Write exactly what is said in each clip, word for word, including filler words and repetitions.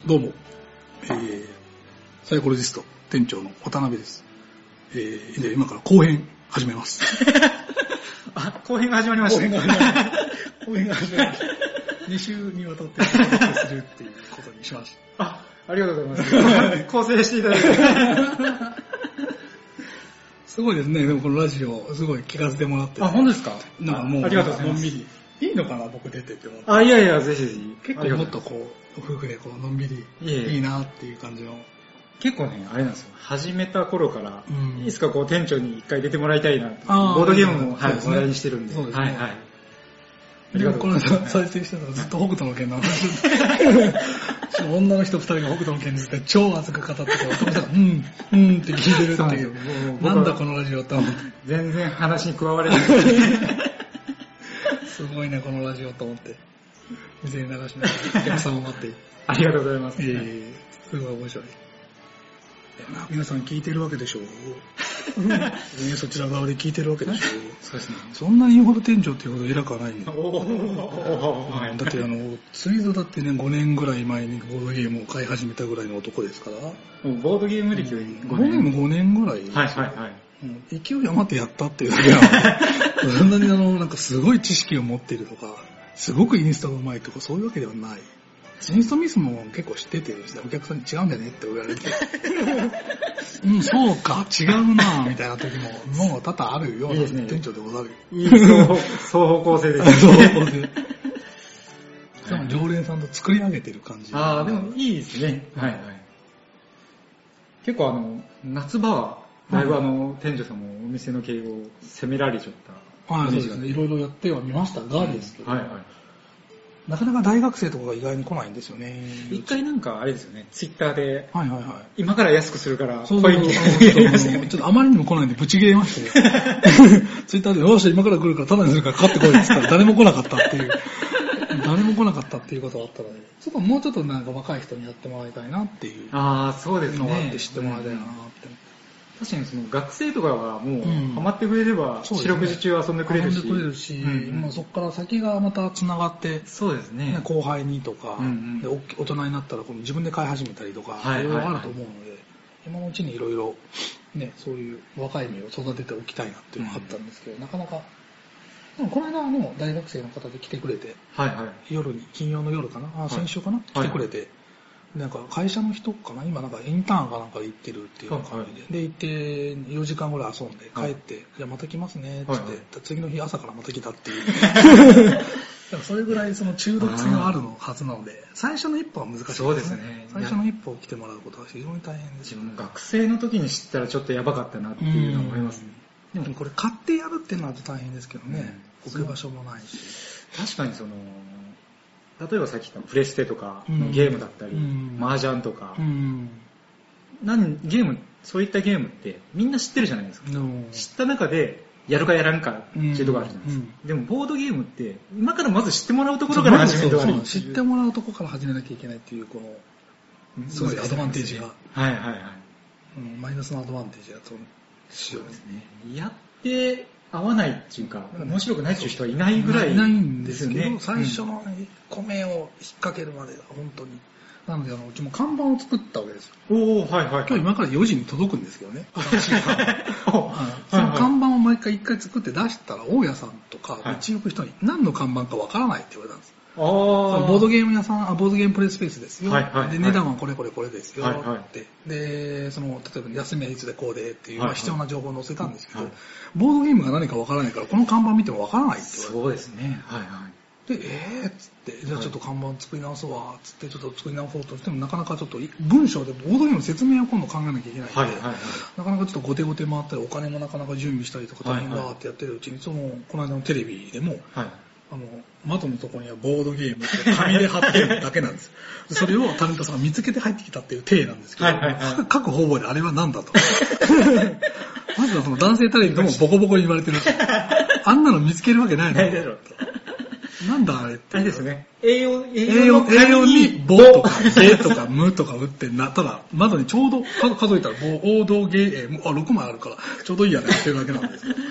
どうも、えー、サイコロジスト店長の渡辺です。えー、で今から後編始めます。 あ、後編が始まりました。後編が始まりました。後編が始まりました。に週にわたってお届けするっていうことにしました。あ、ありがとうございます。構成していただいて。 すごいですね。でもこのラジオすごい聞かせてもらって、ね。 あ、本当ですか？ なんかもうありがとうございます。 のんびり。いいのかな僕出てって思って。 あ、いやいや、ぜひぜひ。 結構もっとこう、夫婦でこうのんびりいい, いいなっていう感じの。 結構ね、あれなんですよ。始めた頃から、うん、いつかこう店長に一回出てもらいたいなって。ボードゲームも、はい、話題にしてるんで。 そうですね。 はいはい。 でもこの間再生してたらずっと北斗の拳の話。女の人二人が北斗の拳について超熱く語ってて、男さんがうん、うんって聞いてるっていう。なんだこのラジオって思って。 全然話に加われない。 すごいね、このラジオと思って。店に流しながらお客さんを待って。 ありがとうございます。 いえいえ、すごい面白い。皆さん聞いてるわけでしょう。そちら側で聞いてるわけでしょう。 そうですね。 そんなに言うほど店長っていうほど偉くはないんだ。 はい、 だってあの、ツイートだってね、ごねんぐらい前にボードゲームを買い始めたぐらいの男ですから。 ボードゲーム歴よりごねんもごねんぐらい。 はいはいはい。 勢い余ってやったっていうだけは、そんなにあの、なんかすごい知識を持っているとか、すごくインストがうまいとかそういうわけではない。インストミスも結構知っててですね、お客さんに違うんだよねって言われて、うん、そうか、違うなみたいな時も、もう多々あるような店長でござる。 いい双方向性ですね。 双方向性。しかも常連さんと作り上げてる感じ。 ああ、でもいいですね。はいはい。結構あの、夏場は、だいぶあの、店長さんもお店の経営を責められちゃった。 はい、そうですね。いろいろやってはみましたがですけど。 はいはい。 なかなか大学生とかが意外に来ないんですよね。 一回なんかあれですよね、ツイッターで、 はいはいはい。 今から安くするから、 そうそうそう。ちょっとあまりにも来ないんでブチ切れましたよ。ツイッターで、よし、今から来るからタダにするから買ってこいって言ったら誰も来なかったっていう。誰も来なかったっていうことがあったので、ちょっともうちょっとなんか若い人にやってもらいたいなっていう。 ああ、そうですね。 のがあって知ってもらいたいなって。 確かにその学生とかはもうハマってくれれば四六時中遊んでくれるし、 遊んでくれるし、もうそこから先がまた繋がって、 そうですね。 後輩にとか、で大人になったらこの自分で買い始めたりとか、いろいろあると思うので、今のうちにいろいろね、そういう若い芽を育てておきたいなっていうのがあったんですけど、なかなか。でもこの間の大学生の方で来てくれて、 はいはい、 夜に金曜の夜かな、あ先週かな、来てくれて。なんか会社の人かな今なんかインターンかなんかで行ってるっていう感じで、はい、で行ってよじかんぐらい遊んで帰って、はい、じゃあまた来ますねって言って、はい、次の日朝からまた来たっていうだからそれぐらいその中毒性があるのはずなので最初の一歩は難しいですね。 そうですね。 最初の一歩を来てもらうことは非常に大変です。 自分学生の時に知ったらちょっとやばかったなっていうのを思いますね。 でもこれ買ってやるっていうのは大変ですけどね、うん、置く場所もないし。 確かにその例えばさっき言ったプレステとかのゲームだったり、うん、麻雀とか、うん、なんゲームそういったゲームってみんな知ってるじゃないですか、うん、知った中でやるかやらんかっていうところあるじゃないですか、うん、でもボードゲームって今からまず知ってもらうところから始めてはそう知ってもらうところから始めなきゃいけないっていうこのすごいアドバンテージが、 はいはいはい、 うん、マイナスのアドバンテージがとそうですね。やって合わないっていうか、面白くないっていう人はいないぐらいですよね。 いないんですけど、最初の米を引っ掛けるまでが本当に。なので、あの、うちも看板を作ったわけですよ。 おー、はいはい、はい。 今日今からよじに届くんですけどね。新しい看板。その看板を毎回一回作って出したら、大家さんとか、道行く人に何の看板かわからないって言われたんです。あボードゲーム屋さん、あボードゲームプレイスペースですよ。はいはいはい、で、値段はこれこれこれですよ。はいはい、って。で、その、例えば休みはいつでこうでっていう、はいはい、必要な情報を載せたんですけど、はい、ボードゲームが何かわからないから、この看板見てもわからないって言われて。 そうですね。はいはい。 で、えーっつって、じゃあちょっと看板作り直そうわ、つってちょっと作り直そうとしても、なかなかちょっと文章でボードゲームの説明を今度考えなきゃいけないので、はいはいはい、なかなかちょっと後手後手回ったり、お金もなかなか準備したりとか大変だってやってるうちに、その、この間のテレビでも、はいあの、窓のところにはボードゲームって紙で貼ってるだけなんです。それをタレントさんが見つけて入ってきたっていう体なんですけど、はいはいはい、各方々であれは何だと。まずはその男性タレントもボコボコに言われてる。あんなの見つけるわけないの。ないだろうと。なんだあれって。 あれですね。栄養、 栄養、栄養にボとかゲとかムとか打ってなったら、窓にちょうど数えたらボードゲーム、あ、ろくまいあるからちょうどいいやねってるだけなんですよ。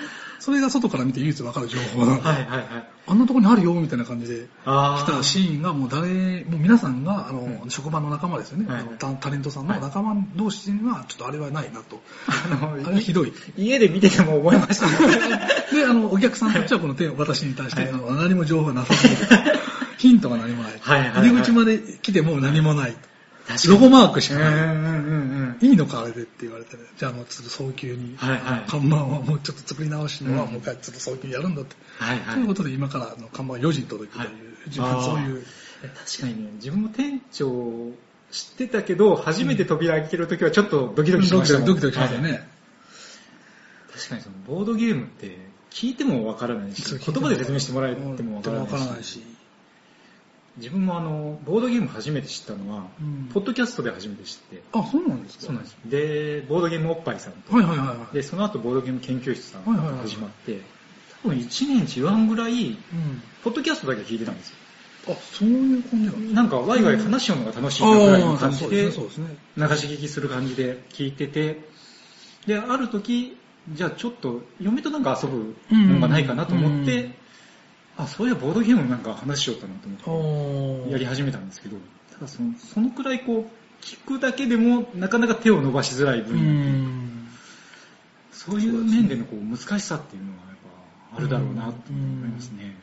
それが外から見て唯一分かる情報なんで、 はいはいはい、 あんなところにあるよみたいな感じで来たシーンがもう誰もう皆さんがあの、うん、職場の仲間ですよね、はい、タ, タレントさんの仲間同士にはちょっとあれはないなと、はい、あれはひどい家で見てても思いましたねであのお客さんたちはこの手を私に対して、はい、あの何も情報がなさすぎるヒントが何もない、はいはいはい、入り口まで来ても何もない、ロゴマークしかない、うんうんうんうん、いいのかあれでって言われて、ね、じゃあもうちょっと早急に、はいはい、看板はもうちょっと作り直しのはもう一回ちょっと早急にやるんだって、はいはい、ということで今からの看板がよじに届くという、はい、自分そういう確かにね、自分も店長知ってたけど初めて扉開けるときはちょっとドキドキしましたもん、 ドキドキしますよね、はい、 確かにそのボードゲームって聞いてもわからないし、言葉で説明してもらえてもわからないし、ないし自分もあのボードゲーム初めて知ったのは、うん、ポッドキャストで初めて知って、 あ、そうなんですか。 そうなんです。で、ボードゲームおっぱいさんと、 はいはいはいはい、 でその後ボードゲーム研究室さんが始まって、はいはいはい、多分いちねん違わんぐらい、うん、ポッドキャストだけ聞いてたんですよ。 あ、そういう感じなんですか。 なんかワイワイ話しようのが楽しいなぐらいの感じで、流し聞きする感じで聞いてて、で、ある時、じゃあちょっと嫁となんか遊ぶのがないかなと思って、うんうん、あ、そういやボードゲームなんか話しようかなと思ってやり始めたんですけど、ただその、そのくらいこう聞くだけでもなかなか手を伸ばしづらい分野で、そういう面でのこう難しさっていうのはやっぱあるだろうなと思いますね。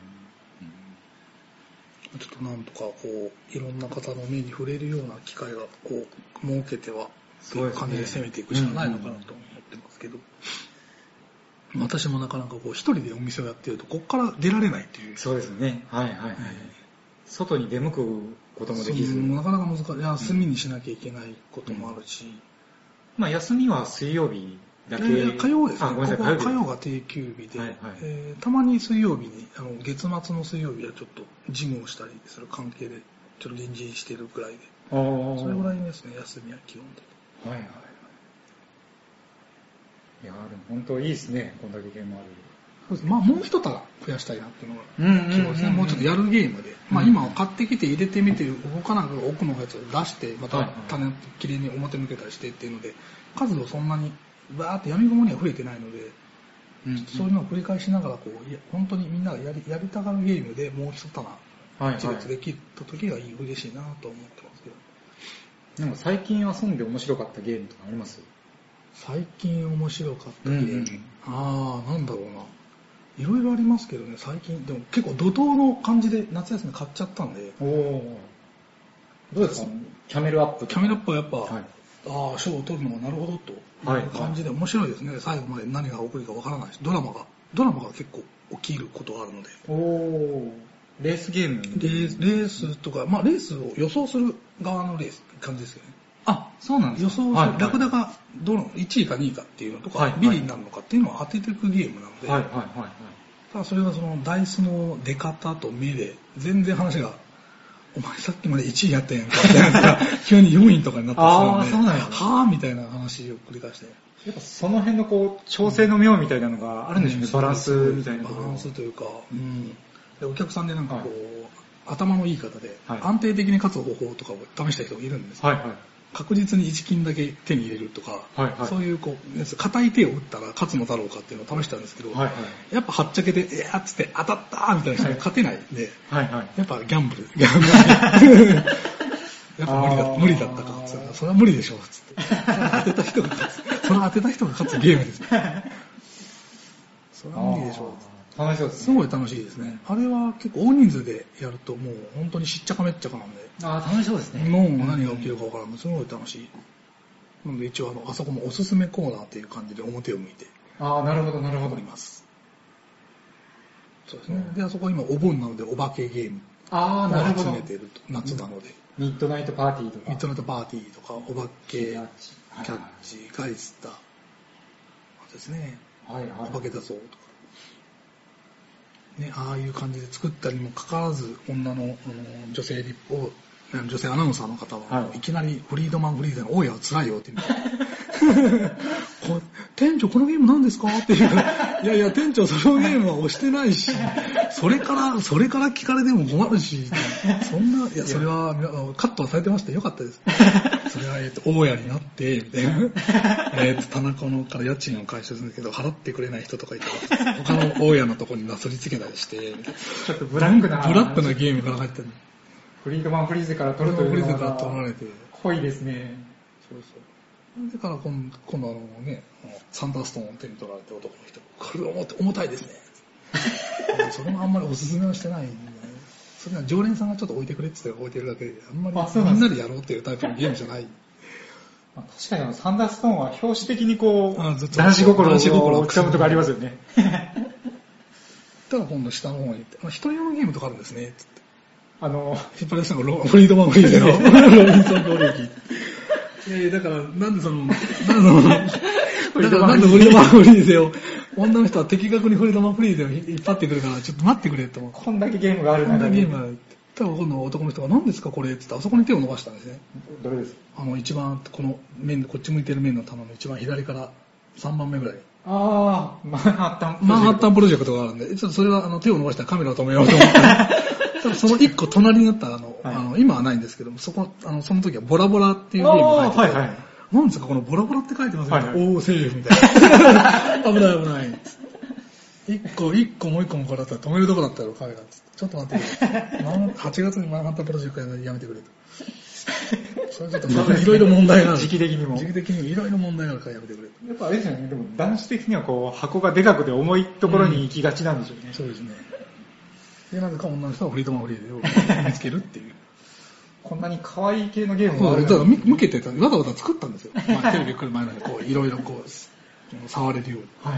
ちょっとなんとかこういろんな方の目に触れるような機会がこう設けてはそういう感じで攻めていくしかないのかなと思ってますけど、私もなかなかこう一人でお店をやってるとここから出られないっていう。 そうですね。はいはいはい。えー、外に出向くこともできず、 なかなか難しい。休みにしなきゃいけないこともあるし、うん、 まあ休みは水曜日だけ。 えー、火曜ですね。 あ、ごめんなさい。 ここは火曜が定休日で、はいはい、えー、たまに水曜日にあの月末の水曜日はちょっと事務をしたりする関係でちょっと臨時してるくらいで、それぐらいですね、休みは基本的に。はいはい。 いやでも本当いいですね、こんだけゲームある。 そうです。まあもう一束増やしたいなっていうのが希望ですね。もうちょっとやるゲームで、うん、まあ今は買ってきて入れてみて動かないから奥のやつを出してまた種きれいに表向けたりしてっていうので、数をそんなにバーって闇雲には増えてないので、うん、そういうのを繰り返しながらこういや本当にみんながやりやりたがるゲームでもう一玉一列できた時がいい嬉しいなと思ってますけど。 なんか最近遊んで面白かったゲームとかあります？ 最近面白かったゲーム、うんうん、ああなんだろうな、いろいろありますけどね。最近でも結構怒涛の感じで夏休み買っちゃったんで。おお。 どうですか？キャメルアップ。 キャメルアップはやっぱ、はい、ああ賞を取るのがなるほどという感じで面白いですね。はいはい、最後まで何が起こるかわからないし、ドラマがドラマが結構起きることがあるので。 おお。レースゲーム。 レース、レースとか、まあレースを予想する側のレースって感じですよね。 あ、そうなんですか。予想、はいはい、ラクダがどのいちいかにいかっていうのとか、はいはい、ビリになるのかっていうのを当てていくゲームなので、はいはいはいはい、ただそれがそのダイスの出方と目で全然話が、お前さっきまでいちいやったやんかみたいな急によんいとかになってしまうんで、あ、そうなんですね、はぁみたいな話を繰り返して。 やっぱその辺のこう調整の妙みたいなのがあるんでしょうね、うん、バランスみたいなところ。 バランスというか、うん、でお客さんでなんかこう、はい、頭のいい方で、はい、安定的に勝つ方法とかを試した人がいるんですけど、はいはい、確実にいち金だけ手に入れるとか、はいはい、そういうこう硬い手を打ったら勝つのだろうかっていうのを試したんですけど、はいはい、やっぱはっちゃけて「いや」っつって当たったみたいな人が勝てないんで、はいはい、やっぱギャンブルギャンブルやっぱ無理だ無理だったかっつって、それは無理でしょっつって、当てた人が勝つ、それ当てた人が勝つゲームですそれは無理でしょうっつって。 楽しそうですね。 すごい楽しいですね。あれは結構大人数でやるともう本当にしっちゃかめっちゃかなんで。 ああ、楽しそうですね。 もう何が起きるか分からない。すごい楽しい。なので一応あの、あそこもおすすめコーナーっていう感じで表を向いて。 ああ、なるほどなるほど。 おります。そうですね。で、あそこ今お盆なのでお化けゲームを集めてると。夏なので。 ミッドナイトパーティーとか。 ミッドナイトパーティーとか、お化け、キャッチ、キャッチガイスター。ですね。はいはい。お化けだぞとか。ね、ああいう感じで作ったにもかかわらず女の、あの女性リップを女性アナウンサーの方は、はい、いきなりフリードマンフリーゼの大家は辛いよって言うこ店長このゲーム何ですかって言うからいやいや店長そのゲームは押してないしそれからそれから聞かれても困るしそんないやそれはカットはされてましたよかったですそれは、えっと、大家になって、みたいな。えっと、田中のから家賃を回収するんだけど、払ってくれない人とかいたら、他の大家のところになすりつけたりして、みたいな。 ちょっとブラックな。 ブラックなゲームから入ってる。 フリードマン・フリーゼから取るというのが。 フリーゼから取られて。 濃いですね。 そうそう。だから今度、今度あのね、サンダーストーンを手に取られて男の人、これ重た重たいですね。それもあんまりおすすめはしてないんで、ね、それは常連さんがちょっと置いてくれって言ったら置いてるだけで、あんまりみんなでやろうっていうタイプのゲームじゃない。 まあ、確かにあのサンダーストーンは表紙的にこう、男子心をつかむとかありますよね。 ただ今度下の方に行って、一人用のゲームとかあるんですね、つって。 あの、 引っ張り出したのがフリードマン・フリーゼのロビンソン・ゴルキ。いやいや、だから、なんでその、なんでフリードマン・フリーゼを、女の人は的確にフリードマン・フリーゼを引っ張ってくるから、ちょっと待ってくれって思う。 こんだけゲームがある中で。こんだけゲームがある。多分今度男の人が何ですかこれって言ってあそこに手を伸ばしたんですね。 どれですか？ あの一番この面こっち向いてる面の棚の一番左からさんばんめぐらい。 ああ、マンハッタンプロジェクト。 マンハッタンプロジェクトがあるんで、ちょっとそれはあの手を伸ばしたらカメラを止めようと思って。多分その一個隣になったあの、はい、あの今はないんですけども、そこあのその時はボラボラっていうゲームが入ってて、はいはい、なんですかこのボラボラって書いてますけど、はいはい、おーセーフみたいな。危ない危ない。一個一個もう一個もこれだったら止めるとこだったらカメラっつって。ちょっと待ってくれ。はちがつにマンハッタンプロジェクトやめてくれと。それちょっといろいろ問題がある。 時期的にも。 時期的にいろいろ問題があるからやめてくれと。 やっぱあれですよね。でも男子的にはこう箱がでかくて重いところに行きがちなんでしょうね。 うん、そうですね。で、なぜか女の人はフリードマンフリーゼを見つけるっていう。 こんなに可愛い系のゲームもある。 そう、だから向けてわざわざ作ったんですよ。まあ、テレビ来る前までこういろいろこう触れるように。はいはい。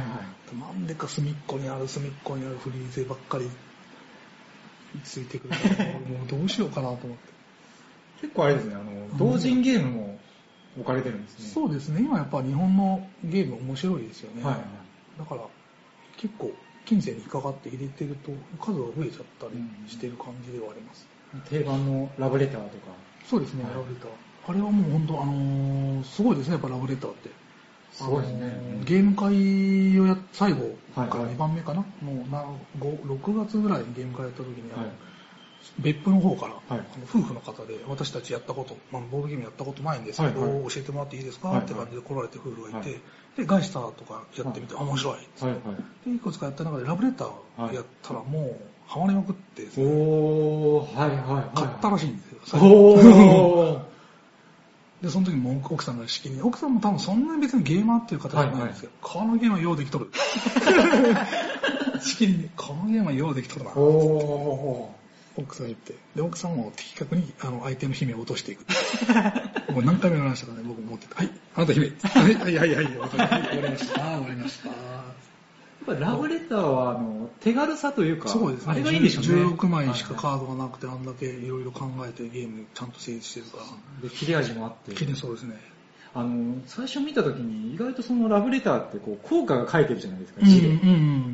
なんでか隅っこにある隅っこにあるフリーゼばっかりついてくるから、もうどうしようかなと思って。 結構あれですね、あの、同人ゲームも置かれてるんですね。 そうですね、今やっぱ日本のゲーム面白いですよね。はいはい、だから結構金銭に引っかかって入れてると数が増えちゃったりしてる感じではあります。 うん、定番のラブレターとか。 そうですね、はい、ラブレター。あれはもう本当、あのー、すごいですね、やっぱラブレターって。 すごいですね。 ゲーム会をや最後からにばんめかな、はいはい、もうなろくがつぐらいにゲーム会やった時に、はい、別府の方から、はい、あの夫婦の方で私たちやったこと、まあ、ボードゲームやったことないんですけど、はいはい、教えてもらっていいですか、はいはい、って感じで来られて夫婦がいて、はい、でガイスターとかやってみて、はい、面白いっつって、はいはい、でいくつかやった中でラブレターやったらもうハマりまくってですね、 おー、はいはいはい、 買ったらしいんですよ。 おーで、その時も奥さんがしきりに、奥さんも多分そんなに別にゲーマーっていう方じゃないんですけど、はいはい、このゲームはようできとる。しきりに、このゲームはようできとるな。おー奥さん言って。で、奥さんも的確にあの相手の姫を落としていく。もう何回も言われましたからね、僕も持ってて。はい、あなた姫。はいはいはいはい。終わりました。終わりました。 ラブレターはあの手軽さというか、 そうですね、 あれがいいんでしょうね。 じゅうろくまいしかカードがなくて、あんだけいろいろ考えてゲームちゃんと成立してるから。 で、切れ味もあって。 切れそうですね。 あの、最初見た時に意外とそのラブレターってこう効果が書いてるじゃないですか、字で。うんうんうん、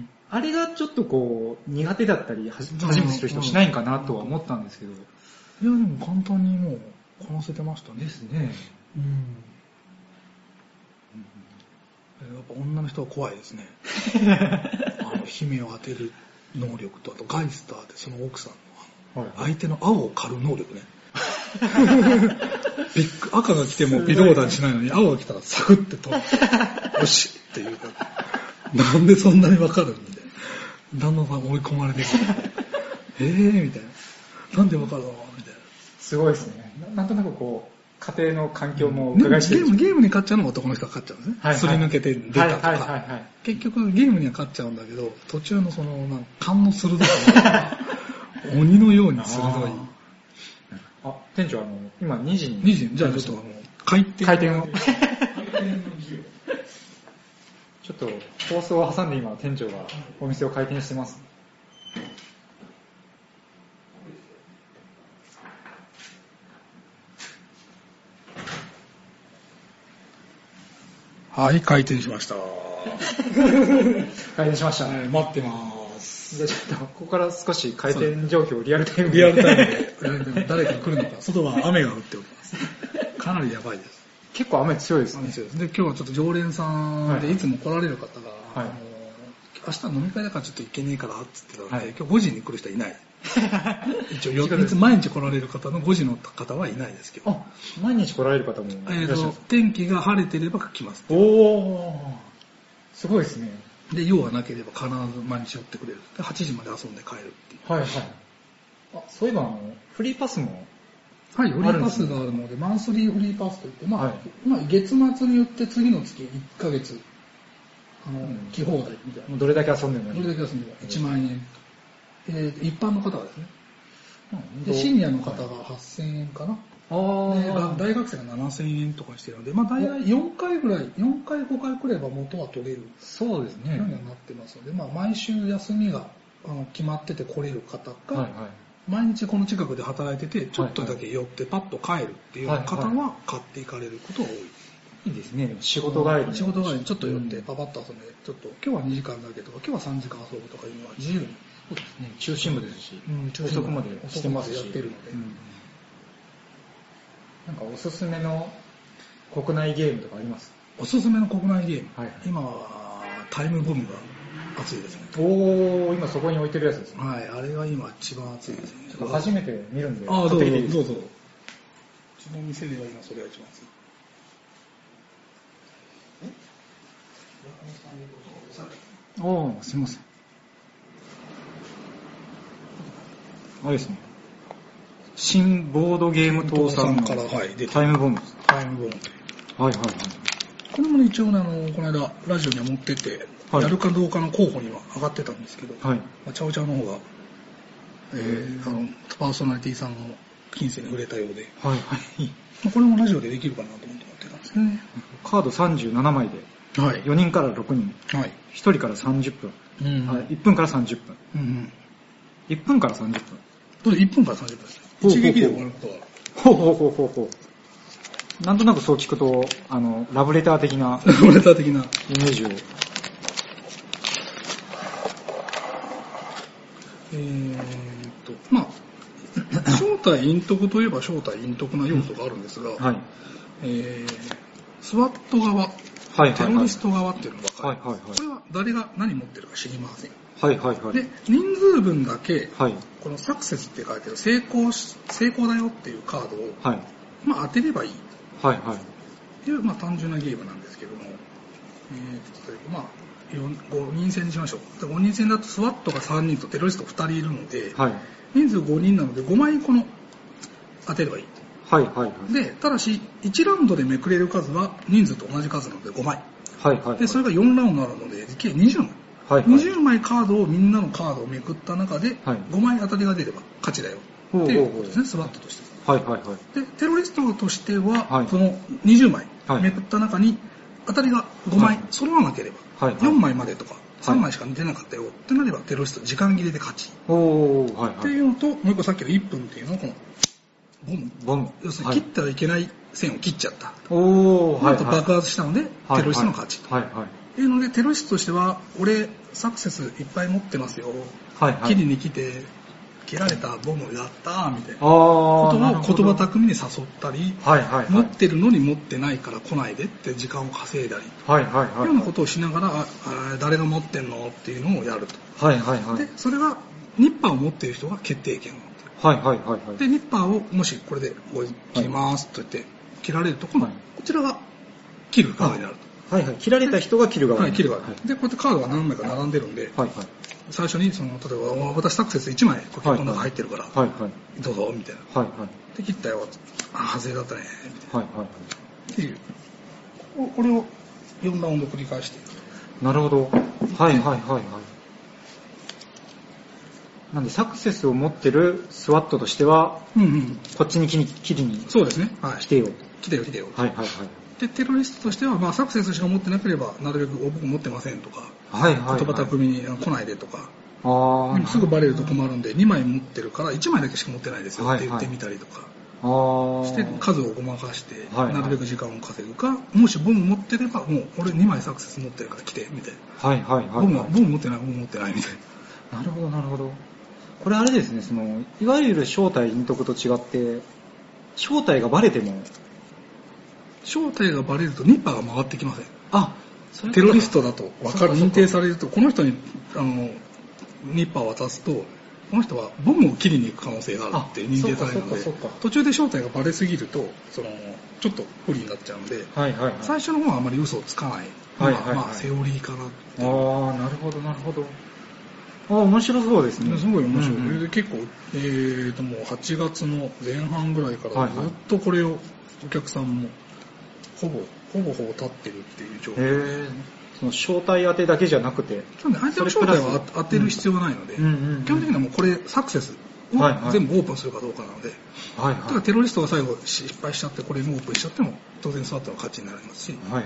あれがちょっとこう苦手だったり、初めてする人しないんかなとは思ったんですけど。いや、 でも簡単にもうこなせてましたね。 ですね。うんやっぱ女の人は怖いですね。あの姫を当てる能力と、あとガイスターでその奥さんの相手の青を狩る能力ね。ビッグ赤が来ても微動だにしないのに、青が来たらサクッて取ってよしっていうか、なんでそんなにわかるみたいな。旦那さん追い込まれてくる。えーみたいな。なんでわかるのみたいな。 すごいですね。なんとなくこう。家庭の環境も伺いしてる、 ゲーム、ゲームに勝っちゃうのが男の人が勝っちゃうんですね。はいはい、すり抜けて出たとか、はいはいはいはい。結局ゲームには勝っちゃうんだけど、途中のその、なん勘の鋭さが鬼のように鋭い。 あ, あ、店長、あの、今にじに。 にじに、じゃあちょっとあの、開店。 開店を。ちょっと放送を挟んで今、店長がお店を開店してます。 はい、開店しました。 開店しました、 ね。待ってます。 じゃあちょっと、ここから少し開店状況をリアルタイムで。 リアルタイムで。誰か来るのか。外は雨が降っております。かなりやばいです。 結構雨強いですね。 雨強いです。で、今日はちょっと常連さんでいつも来られる方が、はい、あの明日飲み会だからちょっと行けねえからって言ってたので、はい、今日ごじに来る人はいない。 一応翌日毎日来られる方のごじの方はいないですけど。 あ、毎日来られる方もいらっしゃる。 えーと、天気が晴れてれば来ます。 おー、すごいですね。 で、用がなければ必ず毎日寄ってくれる。で、はちじまで遊んで帰るっていう。 はいはい。あ、そういえばあの、フリーパスも。 はい、フリーパスがあるので、マンスリーフリーパスといって、まあ、はい、まあ、月末によって次の月いっかげつ、あの、うん、来放題みたいな。 どれだけ遊んでもいい。 どれだけ遊んでもいちまんえん。えー、一般の方はですね。でシニアの方がはっせんえんかな。あで大学生がななせんえんとかしてるので、まあ、大体よんかいぐらい、よんかいごかい来れば元は取れる。 そうですね。 ようにはなってますので、まあ、毎週休みがあの決まってて来れる方か、はいはい、毎日この近くで働いてて、ちょっとだけ寄ってパッと帰るっていう方は買っていかれることが多い。 いいですね。仕事帰り。 仕事帰りにちょっと寄ってパパッと遊んで、ちょっと今日はにじかんだけとか、今日はさんじかん遊ぶとかいうのは自由に。 そうですね。中心部ですし、 うん、 遅くまでしてますし。 やってるので。うん、 なんかおすすめの国内ゲームとかあります？ おすすめの国内ゲーム。はい、今はタイムボムが熱いですね。 おー、今そこに置いてるやつですね。 はい、あれが今一番熱いですね。 ちょっと初めて見るんで。 ああ、どうぞ、どうぞ。うちの店では今それが一番熱い。 えおー、すいません。あれですね。新ボードゲーム倒産から、はい、出てタイムボム。 タイムボム。 はいはいはい。 これもね、一応ね、あの、この間、ラジオには持ってて、はい、やるかどうかの候補には上がってたんですけど、はい。まあ、チャオチャオの方が、えー、あの、パーソナリティさんの金銭に触れたようで、はいはい。まあ、これもラジオでできるかなと思ってたんですけどね。 カードさんじゅうななまいで、はい。よにんからろくにん。はい。ひとりからさんじゅっぷん。うん。はい。いっぷんからさんじゅっぷん。うんうん。いっぷんからさんじゅっぷん。 どうぞいっぷんからさんじゅっぷんですね。一撃で終わることは。 ほうほうほうほうほう。なんとなくそう聞くと、あの、ラブレター的な。 ラブレター的な。 イメージを。 えーっと、まあ、正体陰徳といえば正体陰徳な要素があるんですが、うん、はい。えー、スワット側、はいはいはい、テロリスト側っていうのが分かる。はいはいはい。これは誰が何持ってるか知りません。はいはいはい。で、人数分だけ、はい、このサクセスって書いてる成功し、成功だよっていうカードを、はい、まあ当てればいい。はいはい。っていう、まあ単純なゲームなんですけども、えー、例えばまあ、ごにん戦にしましょう。ごにん戦だとスワットがさんにんとテロリストふたりいるので、はい、人数ごにんなのでごまいこの当てればいい。はいはいはい。で、ただし、いちラウンドでめくれる数は人数と同じ数なのでごまい。はいはいはい。で、それがよんラウンドなので、計にじゅうまい。はいはい、にじゅうまいカードをみんなのカードをめくった中でごまい当たりが出れば勝ちだよっていうことですね、スワットとしては。はいはいはい、でテロリストとしては、はい、そのにじゅうまいめくった中に当たりがごまい揃わなければ、はいはい、よんまいまでとかさんまいしか出なかったよってなればテロリスト時間切れで勝ち、はいはい、っていうのともう一個さっきのいっぷんっていうのはこのボムボム要するに切ってはいけない線を切っちゃった、はい、あと爆発したので、はい、テロリストの勝ちと。はいはいはいっていうので、テロリストとしては、俺、サクセスいっぱい持ってますよ。はいはい、切りに来て、切られたボムやったーみたいなことを言葉巧みに誘ったり、はいはいはい、持ってるのに持ってないから来ないでって時間を稼いだり、はいはいはい、いうようなことをしながら、ああ誰が持ってんのっていうのをやると。はいはいはい、で、それが、ニッパーを持っている人が決定権を持ってる。はいはいはいはい、で、ニッパーをもしこれで切りますと言って、切られると、今度、こちらが切る側になると。はいはい、切られた人が切る側に。はい、切る側。はい、で、こうやってカードが何枚か並んでるんで、はいはい、最初に、その、例えば、私サクセスいちまい、この中入ってるから、はいはい、どうぞ、みたいな。はいはい、で、切ったよ。あ、外れだったね、みたいな。はいはい、っていう。これをよんラウンド繰り返していく。 なるほど。はいはいはいはい。なんで、サクセスを持ってるスワットとしては、うんうん、こっちに切り切りに。 そうですね。はい。 来てよ。 来てよ、来てよ。 はいはいはい。 でテロリストとしては、まあ、サクセスしか持ってなければなるべく僕持ってませんとか、はいはいはい、言葉巧みに来ないでとか、あすぐバレると困るんでにまい持ってるからいちまいだけしか持ってないですよって言ってみたりとか、はいはい、して数をごまかして、はいはい、なるべく時間を稼ぐか、もしボム持ってればもう俺にまいサクセス持ってるから来てみたいな、はいはいはいはい、ボムはボム持ってないボム持ってないみたいな。なるほどなるほど。これあれですね、そのいわゆる正体陰徳と違って正体がバレても正体がバレるとニッパーが回ってきません。 あ、 それテロリストだと分かる、認定されると、この人にあのニッパーを渡すとこの人はボムを切りに行く可能性があるって認定されるので、途中で正体がバレすぎるとそのちょっと不利になっちゃうので、はいはいはい、最初の方はあまり嘘をつかないのが、はいはいはい、まあセオリーかなっていう。 ああ、なるほどなるほど。あ、面白そうですね。 すごい面白い。うんうん、で結構、えーともうはちがつの前半ぐらいからずっとこれをお客さんもほぼほぼほぼ立ってるっていう状況。 へー、その招待当てだけじゃなくて、 そうね、相手の招待は当てる必要はないので、うんうんうんうん、基本的にはもうこれサクセスを全部オープンするかどうかなので、はいはい、だからテロリストが最後失敗しちゃってこれもオープンしちゃっても当然スワットの勝ちになりますし、はいはい、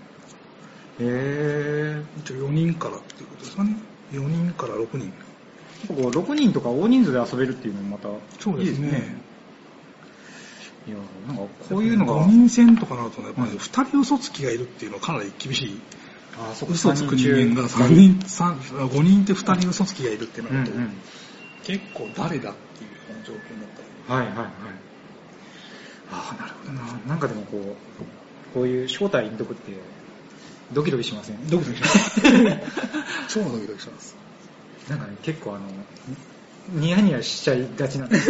へー、 一応よにんからっていうことですかね。よにんからろくにん。 ろくにんとか大人数で遊べるっていうのもまたいいですね。そうですね。 いや、なんかこういうのがごにん戦とかなるとね、やっぱりふたり嘘つきがいるっていうのはかなり厳しい。ああ、そ嘘つく人間がさんにん、ごにんってふたり嘘つきがいるってなると、うんうん、結構誰だっていう状況になったり。はいはいはい。 ああ、なるほどな。なんかでもこう、こういう正体にとくってドキドキしません？ ドキドキします。超ドキドキします。 なんかね、結構あの、ニヤニヤしちゃいがちなんです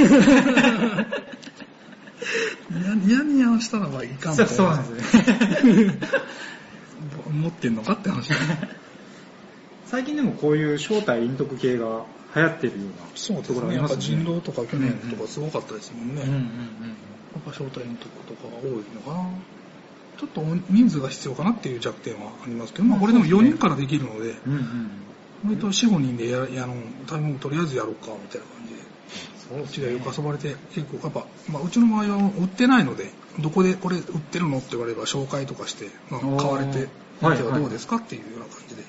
ニヤニヤしたらばいかんと。 そうなんですね。 持ってんのかって話だね。 最近でもこういう正体陰徳系が流行ってるようなところありますね。 そうですね。やっぱ人狼とか去年とかすごかったですもんね。うんうんうん、やっぱ正体陰徳とかが多いのかな。ちょっと人数が必要かなっていう弱点はありますけど、まあこれでもよにんからできるので、うんうん、割とよん、ごにんでややのタイミングとりあえずやろうかみたいな感じで、そううちがよく遊ばれて、結構やっぱ、まあ、うちの場合は売ってないので、どこでこれ売ってるのって言われれば紹介とかして、まあ、買われてみてはどうですかっていうような感じで、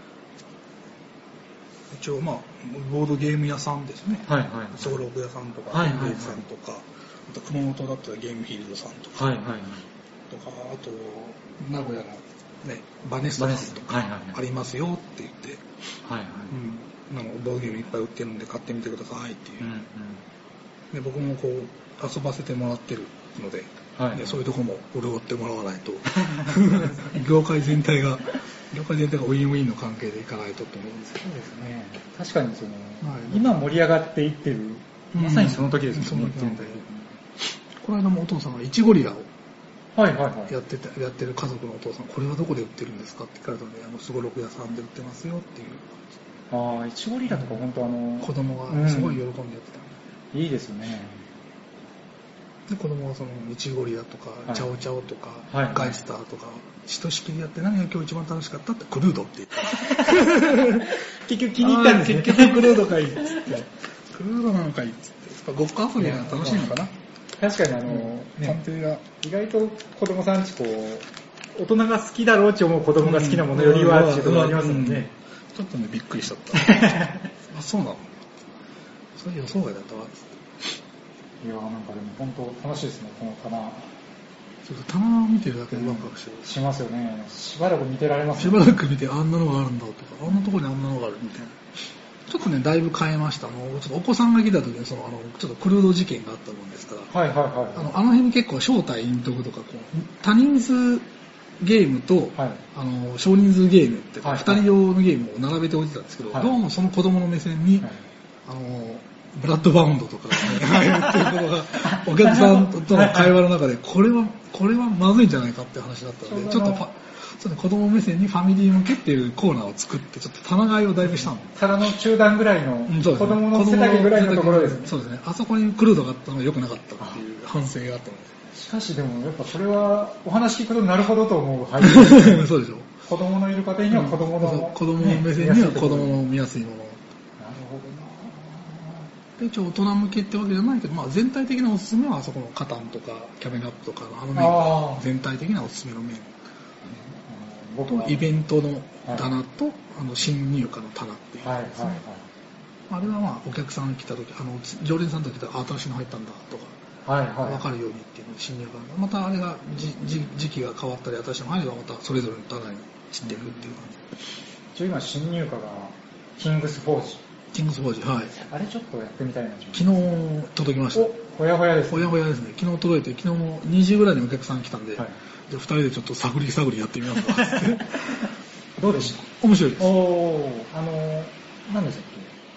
一応まあボードゲーム屋さんですね、はいはい、小六屋さんとか、エンゲージさんとか、あと熊本だったらゲームフィールドさんとか、はいはいはい、とか、あと名古屋のね、バネストさんとかありますよって言って、はいはい、うん、あのボードゲームいっぱい売ってるんで買ってみてくださいっていう、うんうん、で僕もこう遊ばせてもらってるので、はいはい、でそういうとこも潤ってもらわないと業界全体が業界全体がウィンウィンの関係でいかないとと思うんですけど。そうですね。 確かにその、はい、今盛り上がっていってる、うん、まさにその時ですよね。 その時この間もお父さんがイチゴリラをはいはいはい、やってたやってる家族のお父さん、これはどこで売ってるんですかって聞かれたので、あのすごろく屋さんで売ってますよっていう。 ああ、イチゴリラとか本当あの子供がすごい喜んでやってた、 うん、いいですよね。 で子供はそのイチゴリラとか、はい、チャオチャオとか、はい、ガイスターとかひとしきりやって、何が今日一番楽しかったってクルードって言って結局気に入ったんですね。 結局クルードかいっつってクルードなのかいっつってやっぱごっこ遊びが楽しいのかな。 確かにあの、うんね、意外と子供さんちこう大人が好きだろうって思う子供が好きなものよりはっていうところありますもんね。 ちょっとねびっくりしちゃったあ、そうなの、それ予想外だったわ。 いやー、なんかでも本当楽しいですね、この棚。 そうそう、棚を見てるだけでワクワクしてる、 うん、しますよね。しばらく見てられますね。しばらく見て、あんなのがあるんだとか、あんなところにあんなのがあるみたいな。ちょっとね、だいぶ変えました。あのちょっとお子さんが来た時にそのあのちょっとクルード事件があったもんですから、はいはいはい、あのあの辺結構正体陰徳とかこう多人数ゲームと、はい、あの少人数ゲームってふたり用のゲームを並べておいてたんですけど、はい、どうもその子供の目線に、はい、あのブラッドバウンドとかですね入るっていうことがお客さんとの会話の中でこれはこれはまずいんじゃないかっていう話だったので、ちょっとパちょっと子供目線にファミリー向けっていうコーナーを作ってちょっと棚買いをだいぶしたの。 棚の中段ぐらいの、うん、子供の背丈ぐらいのところですね。 そうですね。あそこにクルードがあったのが良くなかったっていう反省があったので。 しかしでもやっぱそれはお話聞くとなるほどと思う背景そうでしょ。 子供のいる家庭には子供の、 うん、子供の目線には子供の見やすいもの。なるほどな。で一応大人向けってわけじゃないけど、まあ、全体的なおすすめはあそこのカタンとかキャメラップとかのあの面が全体的なおすすめの面。とイベントの棚と、はい、あの新入荷の棚っていうやつですね、はいはいはい、あれはまあお客さん来た時あの常連さんと来たら新しいの入ったんだとか、はいはい、分かるようにっていうので新入荷またあれがじじ時期が変わったり新しいの入ればまたそれぞれの棚に散っていくっていう感じ、うん、今新入荷がキングスフォージキングスフォージ、はい、 あれちょっとやってみたいな。 昨日届きました。 おほやほやですね。 ほやほやですね。昨日届いて昨日もにじぐらいにお客さん来たんで、はい、でふたりでちょっと探り探りやってみますかどうでした？ 面白いです。 おー、あの何でしたっ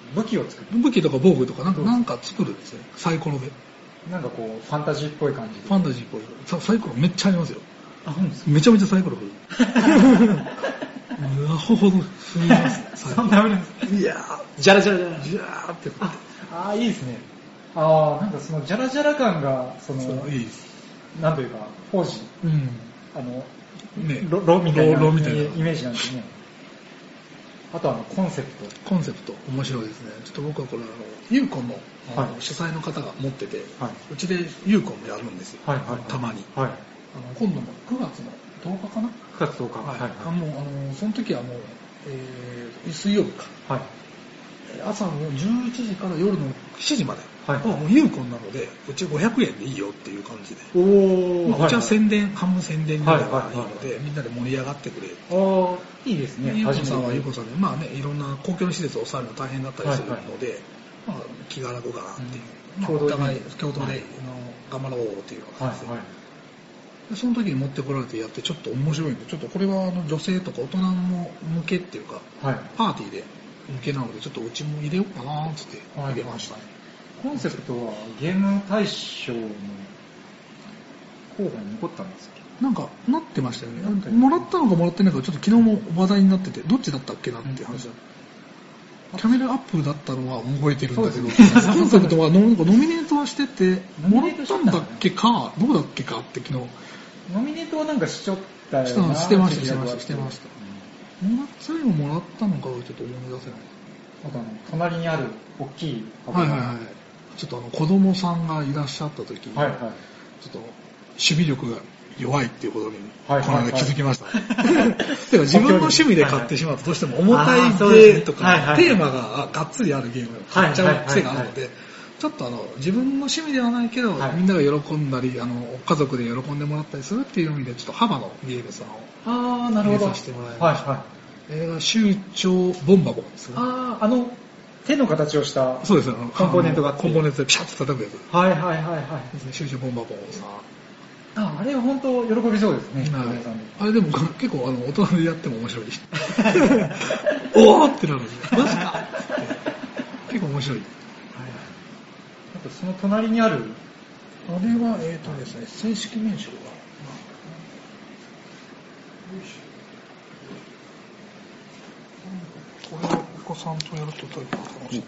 武器を作る。 武器とか防具とかなんか、なんか作るんですよ。サイコロで。 なんかこう、ファンタジーっぽい感じで。 ファンタジーっぽい。サイコロめっちゃありますよ。 あ、そうですか。 めちゃめちゃサイコロ振る。うわほほど振りますね。 そんな振るんですか。 いやー、ジャラジャラジャラ。 ジャーって。 あ、あーいいですね。ああ、なんかそのジャラジャラ感が、その、 そういいです。 なんというか、当時、 うん。 あの、 ね、 ロロみたいなロみたいなイメージなんですね。あとあの、コンセプト。 コンセプト、面白いですね。ちょっと僕はこれ、あの、ユーコンの、あの、 はい、 主催の方が持ってて、 はい、 うちでユーコンもやるんですよ。 はいはいはい、 たまに。 はい、 あの今度のくがつのとおかかな ? くがつとおか。 はい。 はい、 あもう、あの、その時はもう、えー、水曜日か。 はい。 朝のじゅういちじから夜のしちじまで。 はい。 もうユーコンなので、うちごひゃくえんでいいよっていう感じで。 おー。 まあ、うちは宣伝、はいはい、半分宣伝になればいいので、 はいはいはい、 みんなで盛り上がってくれ。 あー、いいですね。 ユーコンさんはユーコンさんで、まあね、いろんな公共の施設を抑えるの大変だったりするので、はいはい、まあ、気が楽かなっていう。うん、まあ、お互い共同で、はい、頑張ろうっていう感じで。はいはい、でその時に持ってこられてやってちょっと面白いんで、ちょっとこれはあの女性とか大人も向けっていうか、はい、パーティーで向けなのでちょっとうちも入れようかなって入れましたね。 コンセプトはゲーム大賞の候補に残ったんですか？ なんかなってましたよね。もらったのかもらってないかちょっと昨日も話題になってて、どっちだったっけなっていう話だ、うん、キャメルアップだったのは覚えてるんだけど、コンセプトはノミネートはしてて、もらったんだっけか、どうだっけかって昨日。 ノミネートはなんかしちゃったよな。 してました、してました、してました。もら最後もらったのかはちょっと思い出せない。 あとあの、隣にある大きい箱。はいはいはい。ちょっとあの、子供さんがいらっしゃった時に、はいはい、ちょっと、守備力が弱いっていうことに、この間気づきました。でも自分の趣味で買ってしまうとどうしても重たいゲーとか、テーマががっつりあるゲームを買っちゃう癖があるので、ちょっとあの自分の趣味ではないけど、はい、みんなが喜んだりあの家族で喜んでもらったりするっていう意味でちょっと幅のゲームさんを入れさせてもらいました。はいはい、映画集長ボンバボンですね。 ああ、あの手の形をしたそうですコンポーネントがコンポーネントでピシャッと叩くやつ。 はいはいはいはい。 集長ボンバボンさん。 あ、あれは本当喜びそうですね。はい、 あれでも結構あの大人でやっても面白い。おおってなるんですね。マジか。結構面白い。 その隣にあるあれは、えーとですね、正式名称が、これをお子さんとやると多分楽しい。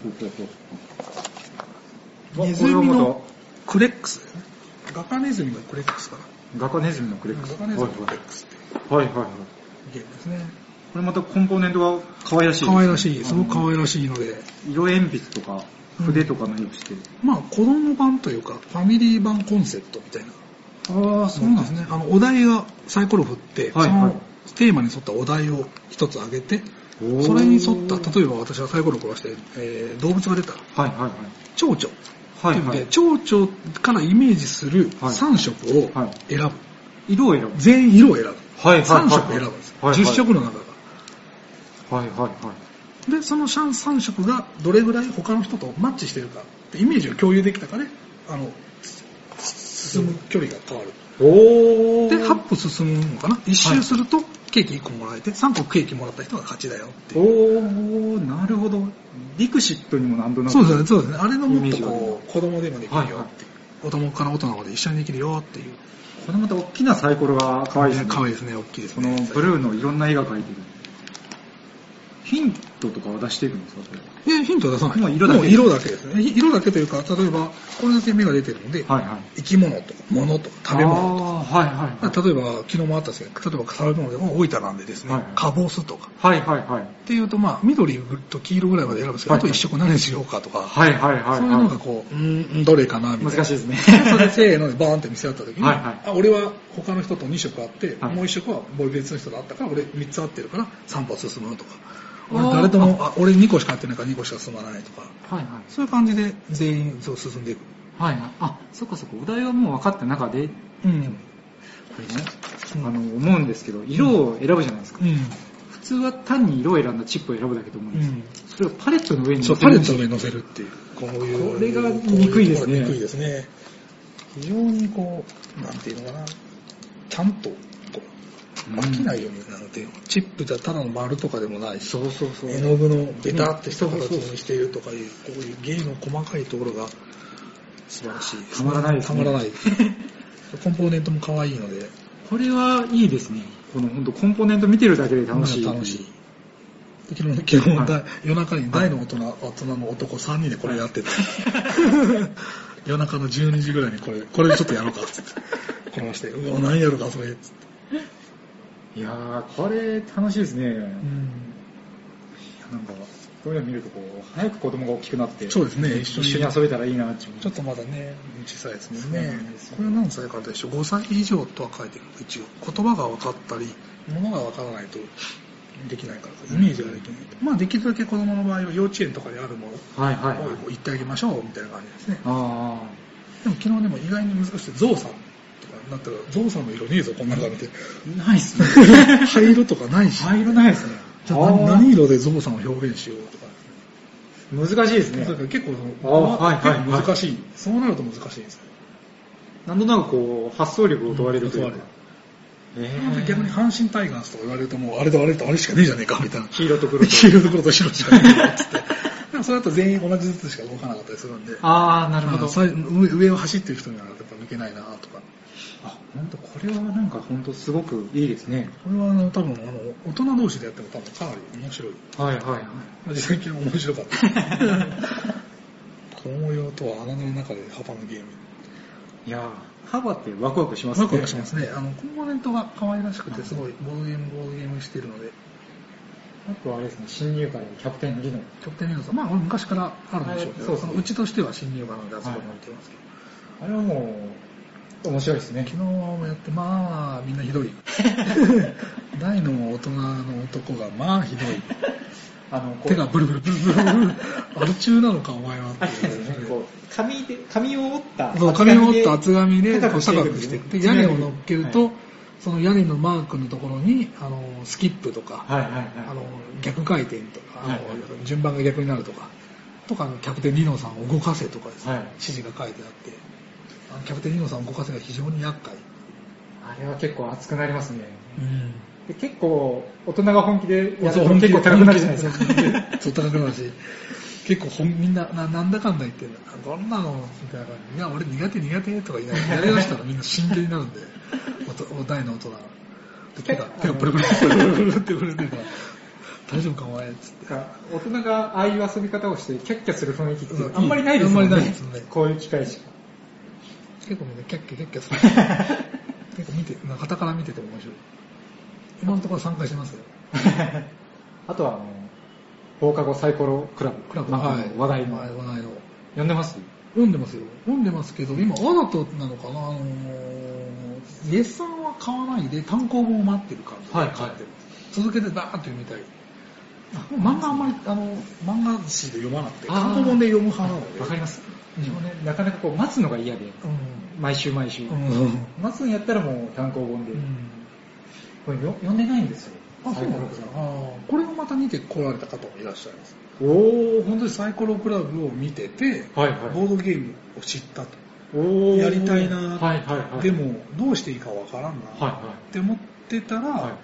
ネズミのクレックスですね。ガカネズミのクレックスかな。 ガカネズミのクレックス。 ガカネズミのクレックスってはいはいはい。 ゲームですね。 これまたコンポーネントが可愛らしいですね。 可愛らしい、すごく可愛らしいので。 色鉛筆とか筆とかの色してる、 うん、まあ子供版というかファミリー版コンセプトみたいな。ああ、そうなんですね。あのお題がサイコロ振って、はいはい、そのテーマに沿ったお題を一つあげて、それに沿った、例えば私はサイコロを壊して、えー、動物が出たら、はいはいはい、蝶々っていうので、蝶々からイメージするさん色を選ぶ、はいはい、 色を選ぶ、 全員色を選ぶ、はいはいはい、さん色選ぶんです、はいはい、じゅっ色の中から、はいはいはい、でそのさん色がどれぐらい他の人とマッチしてるかってイメージを共有できたかで、ね、あの進む距離が変わる。おではっ歩進むのかな、一周するとケーキいっこもらえて、さんこケーキもらった人が勝ちだよっていう。 おー、なるほど。リクシットにもなんとなくそうですね、そうですね。あれのもっとこう子供でもできるよっていう、はいはい、子供から大人まで一緒にできるよっていう。 これまた大きなサイコロが可愛いですね。 可愛いですね、大きいですね。 このブルーのいろんな絵が描いてる。ヒントとかは出していくんですか？ いや、ヒントは出さない。 もう色だけ。 もう色だけですね。色だけというか、例えばこれだけ目が出てるので、はいはい、生き物とか物とか食べ物とか、はいはいはい、例えば昨日もあったんですけど、例えば食べ物でも大分なんでですね、はいはい、カボスとか、はいはいはい、っていうとまあ緑と黄色ぐらいまで選ぶんですけど、はいはい、あと一色何にしようかとか、はいはいはいはい、そういうのがこう、んどれかなみたいな。 難しいですね。 それでせーのでバーンって見せ合った時に、はいはい、あ俺は他の人とに色あって、はい、もう一色は別の人とあったから俺みっつ合ってるからさん歩進むとか。俺誰とも、あ、俺にこしかやってないからにこしか進まないとか、はいはい、そういう感じで全員そう進んでいく。 はいはい。あ、そっかそっか、お題はもう分かった中で、うん、これね、うん、あの、思うんですけど、色を選ぶじゃないですか。うん、普通は単に色を選んだチップを選ぶだけと思うんです、うん、それをパレットの上に乗せる。そう、パレットの上に乗せるっていう。こういう。これが憎いですね。憎いですね。非常にこう、なんていうのかな、ちゃんと、こう、 飽きないようになので、チップじゃただの丸とかでもないし、 そうそうそう、 絵の具のベタってした形にしているとかいう、こういうゲームの細かいところが素晴らしいです、 ね。たまらないですね。 たまらない。コンポーネントも可愛いので。 これはいいですね。この本当コンポーネント見てるだけで楽しい。 楽しい。昨日、昨日、はい、夜中に大の大人、大人の男さんにんでこれやってた。夜中のじゅうにじぐらいにこれ、これちょっとやろうかっつって。これまして、うわ、何やるかそれっつって。 いやー、これ楽しいですね。うん。なんか、そういうの見るとこう、早く子供が大きくなって、 そうですね、 一緒に遊べたらいいなって。 ちょっとまだね、小さいですもんね。これは何歳からでしょう。ごさい以上とは書いてる。一応、言葉が分かったり、物が分からないとできないから、イメージができないと。まあ、できるだけ子供の場合は幼稚園とかにあるものを言ってあげましょうみたいな感じですね。あでも昨日でも意外に難しくて、ゾウさんとかになったら、ゾウさんの色ねえぞ、こんなの見て。 ないっすね。 灰色とかないし。 灰色ないですね。 じゃあ何、何色でゾウさんを表現しようとか。 難しいですね。 結構その、はいはい、難しい。そうなると難しいです。 なんとなくこう、発想力を問われるというか。 えー、逆に阪神タイガースとか言われるともうあれとあれとあれしかねえじゃねえかみたいな。 黄色と黒と。 黄色と黒と白しかねえかっつって。でもそれだと全員同じずつしか動かなかったりするんで。 ああ、なるほど。 上, 上を走ってる人にはやっぱ抜けないなとか。 あ、本当これはなんか本当すごくいいですね。 これはあの多分あの大人同士でやっても多分かなり面白い。 はいはいはい。 実際に面白かった。子供用とは穴の中で幅のゲーム。 いやー。幅ってワクワクしますね。 ワクワクしますね。あのコンポーネントが可愛らしくてすごいボードゲームボードゲームしてるので。 あとはあれですね、新入会キャプテンリノ。 キャプテンリノさん、まあ昔からあるんでしょうけど、そうそう、うちとしては新入会なのであそこに置いてますけど、はい、あれはもう面白いですね。 昨日もやってまあみんなひどい。大の大人の男がまあひどい。あの手がブルブルブルブルブルアル中なのかお前はっていうね。 こう紙で紙を折ったそう紙を折った厚紙で高くしていって屋根を乗っけると、はい、その屋根のマークのところにあのスキップとか、はいはいはい、あの逆回転とか、はいはい、あの順番が逆になるとかとかキャプテンリノさんを動かせとかですね、はい、指示が書いてあってあのキャプテンリノさんを動かせが非常に厄介。 あれは結構熱くなりますね。 うんで結構大人が本気でやると結構高くなるじゃないですか。 そう高くなるし結構みんな な, なんだかんだ言ってどんなのみたいな感じいや俺苦手苦手とか言いながらやりだしたらみんな真剣になるんで大の大人が手が手がブルブルブルブルって震えてるから大丈夫かお前っつって大人がああいう遊び方をしてキャッキャする雰囲気ってあんまりないですもんね。あんまりないですね。こういう機会しか結構みんなキャッキャキャッキャする結構見て傍から見てても面白い。今のところ参加してますよ。 あとはあの放課後サイコロクラブ、クラブの話題の、はい、話題の読んでます？ 読んでますよ。読んでますけど今わざとなのかな、あのー、月産は買わないで単行本を待ってる感じで買ってる、はいはい、続けてバーッと読みたい。漫画あんまりあの漫画誌で読まなくて単行本で読む派なので。 わかります。自分ね、なかなかこう待つのが嫌で、うん、毎週毎週、うん、待つんやったらもう単行本で。うんこれ読んでないんですよ。 あ、そうなんですか。あこれをまた見て来られた方もいらっしゃいます。おお、本当にサイコロクラブを見てて、はいはい、ボードゲームを知ったと。おやりたいな、はいはいはい、でもどうしていいかわからんな、はいはい、って思ってたら、はい、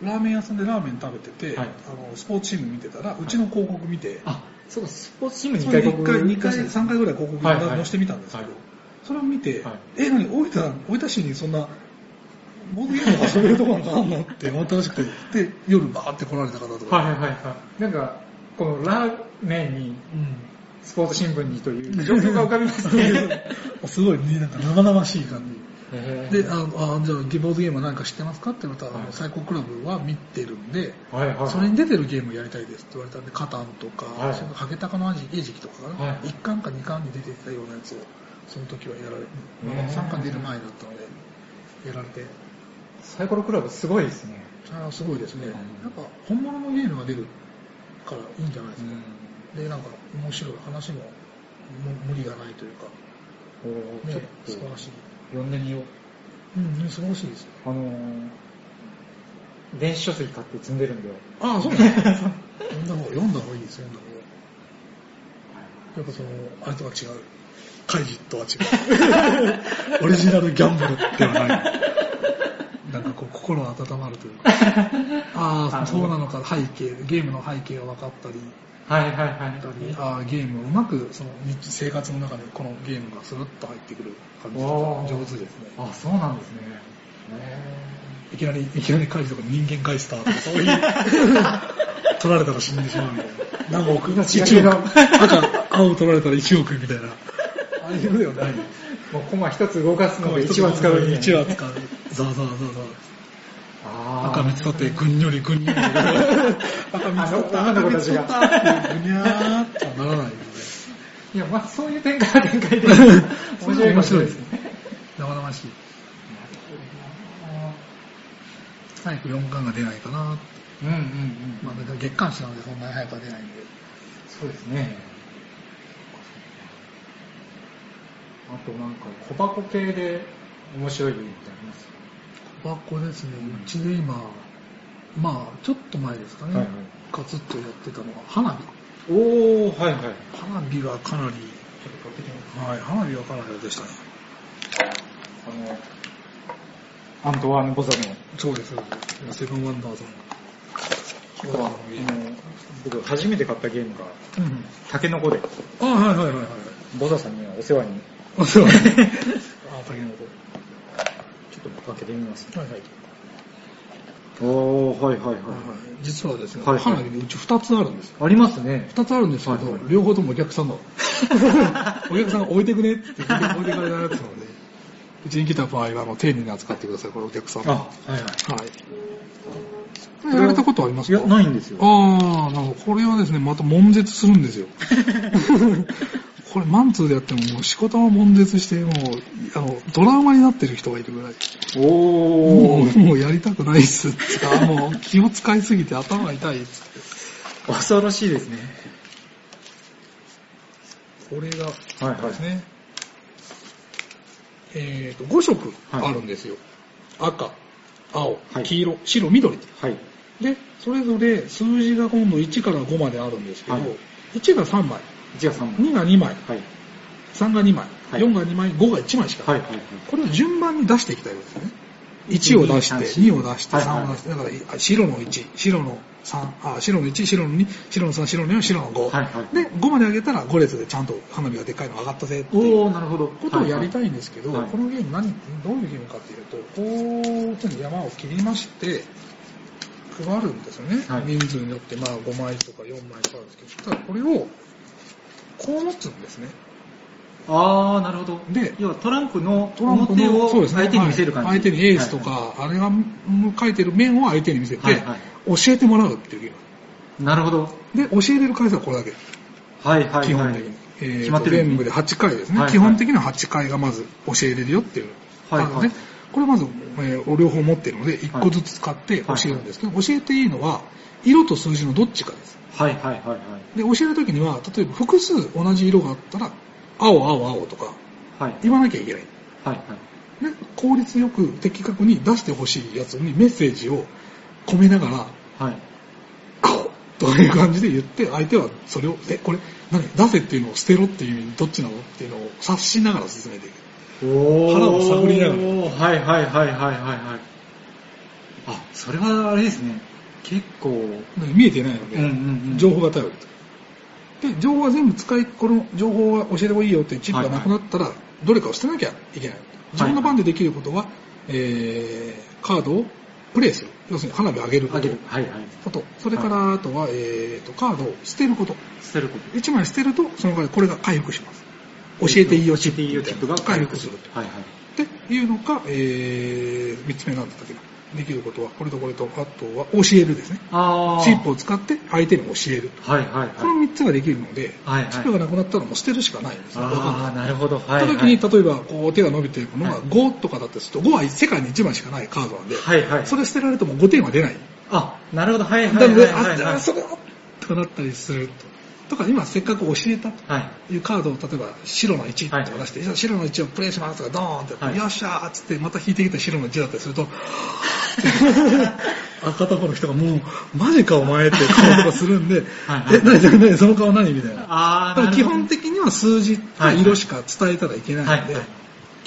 ラーメン屋さんでラーメン食べてて、はい、あのスポーツチーム見てたら、うちの広告見て、はい、あ、 そうか、スポーツチームにかい広告にかい、さんかいぐらい広告載せてみたんですけど、はいはい、それを見て、はい、え、何、大分、大分市にそんなボードゲームが遊べるところがあるのって思ったらしくて、で夜バーって来られた方とか、 はいはいはい、なんかこのラーメンに、うん、スポーツ新聞にという状況が浮かびますね。 すごいね、なんか生々しい感じで、ああじゃあボードゲームは何か知ってますかって言われたら、はい、最高クラブは見てるんで、はいはいはい、それに出てるゲームをやりたいですって言われたんで、カタンとか、はい、そのハゲタカの餌食とかが、ね、はい、いっかんかにかんに出てたようなやつをその時はやられ、さんかん出る前だったのでやられて。 サイコロクラブすごいですね。 あすごいですね、うん、なんか本物のゲームが出るからいいんじゃないですか、うん、でなんか面白い話も無理がないというか、 おね、ちょっと素晴らしい。読んでみよう。 うん、素晴らしいですよ。 あのー、電子書籍買って積んでるんで。 ああ、そうなんですか。読んだ方読んだ方がいいですよ。読んだ方がやっぱそのあれとは違う、カイジとは違うオリジナルギャンブルではない。なんかこう心温まるというかああそうなのか、背景ゲームの背景が分かったり、 はいはいはい、 あゲームをうまくその生活の中でこのゲームがスルッと入ってくる感じが上手ですね。 あそうなんですね。 いきなりいきなり返すとか人間返したとかそういう取られたら死んでしまうみたいな、何億がいちおく赤青取られたらいちおくみたいなああいうのではないもうコマ一つ動かすのでいちわ使ういちわ使うザーザーザーザー赤見つかってぐんよりぐんより赤見つかった赤見つかったってぐにゃーっとならないので、 いやまあそういう展開は展開で面白い面白いですね。 生々しい。早くよんかんが出ないかなって。 うんうんうん。 まあ月刊誌なのでそんなに早くは出ないんで。 そうですね。あとなんか小箱系で面白いゲームってあります？ 小箱ですね。うちで今まあちょっと前ですかね。はいはい、ガツッとやってたのは花火。 おーはいはい。 花火がかなり。ちょっと買ってきます。はい、花火がかなりでしたね。 あの。アントワーヌ・ボザのそうですセブンワンダーズの僕初めて買ったゲームが、うん、タケノコで、 あはいはいはいはいボザさんにはお世話にお世話にあタケノコちょっと開けてみます、 はいはい、 おーはいはいはい、はい、 実はですね、はいはい、花火でうちふたつあるんですよ。 ありますね。 ふたつあるんですけど、はいはい、両方ともお客さんのお客さんが置いてくねって言って置いてかれたやつなのでうちに来た場合はあの丁寧に扱ってください、これお客さん。あ、はいはい。はい。やられたことありますか？ いや、ないんですよ。 ああ、なるほど。これはですね、また悶絶するんですよ。これマンツーでやってももう仕事は悶絶してもうあのドラマになってる人がいるぐらい。おお。もうもうやりたくないっすっつか、もう気を使いすぎて頭が痛いっつって。 恐ろしいですね。 これがですね。はいはい、えー、とごしょくあるんですよ、はい、赤、青、はい、黄色、白、緑、はい、でそれぞれ数字が今度いちからごまであるんですけど、はい、いちがさんまい、 いちがさんまい、 にがにまい、はい、さんがにまい、はい、よんがにまい、ごがいちまいしかない、はいはいはい、これを順番に出していきたいわけですね。いちを出してにを出してさんを出して、だから白のいち、白のさん、あ白のいち、白のに、白のさん、白のよん、白のご、はいはい、でごまで上げたらご列でちゃんと花火がでっかいの上がったぜっていうことをやりたいんですけど、はいはい、このゲーム何どういうゲームかっていうと、こう山を切りまして配るんですよね、はい、人数によってまあごまいとかよんまいとかあるんですけど、ただこれをこう持つんですね。 ああ、なるほど。で、要はトランプの表を相手に見せる感じ、 ね、はい、相手にエースとか、はいはい、あれが書いてる面を相手に見せて、はいはい、教えてもらうっていうゲーム。 なるほど。 で、教えれる回数はこれだけ。 はいはいはい。 基本的に。えー、 決まってる。 全部ではちかいですね、はいはい。基本的にははちかいがまず教えれるよっていう。はいはい。で、これまず、えー、両方持っているので、いっこずつ使って教えるんですけど、はいはい、教えていいのは、色と数字のどっちかです。 はいはいはいはい。 で、教えるときには、例えば複数同じ色があったら、青青青とか言わなきゃいけない、はいはい、で効率よく的確に出してほしいやつにメッセージを込めながら、はい、青という感じで言って、相手はそれをえこれ何出せっていうのを捨てろっていう意味どっちなのっていうのを察しながら進めていく。腹を探りながら。はいはいはいはいはいはい。あ、それはあれですね。結構見えてないので、うんうんうん、情報が頼ると。で情報は全部使い、この情報は教えてもいいよっていうチップがなくなったら、どれかを捨てなきゃいけない。自分の番でできることは、えー、カードをプレイする。要するに花火を上げること。はいはい、こと。それからあとは、えーと、カードを捨てること。捨てること。いちまい捨てると、その代わりこれが回復します。教えていいよチップ。教えていいよチップが回復する。はいはい。っていうのが、えー、みっつめなんだったっけな。できることはこれとこれと、あとは教えるですね。あチップを使って相手に教える。はいはいはい、このみっつができるので、はいはい、チップがなくなったらもう捨てるしかないんですね。 ああ、なるほど。はいはい、た時に例えばこう手が伸びていくのがごとかだったりすると、ごは世界にいちまいしかないカードなんで、はいはい、それ捨てられるともうごてんは出ない。 あ、なるほど。はいはいはいはい、はい。 なので、あ、それとかなったりすると。とか今せっかく教えたというカードを例えば白のいちとか出して、はい、白のいちをプレイしますとかドーンって、はい、よっしゃーっつってまた引いてきた白のいちだったりすると赤とこの人がもうマジかお前って顔とかするんではい、はい、え何何何その顔何みたいな。あ基本的には数字と色しか伝えたらいけないので、はいはい、基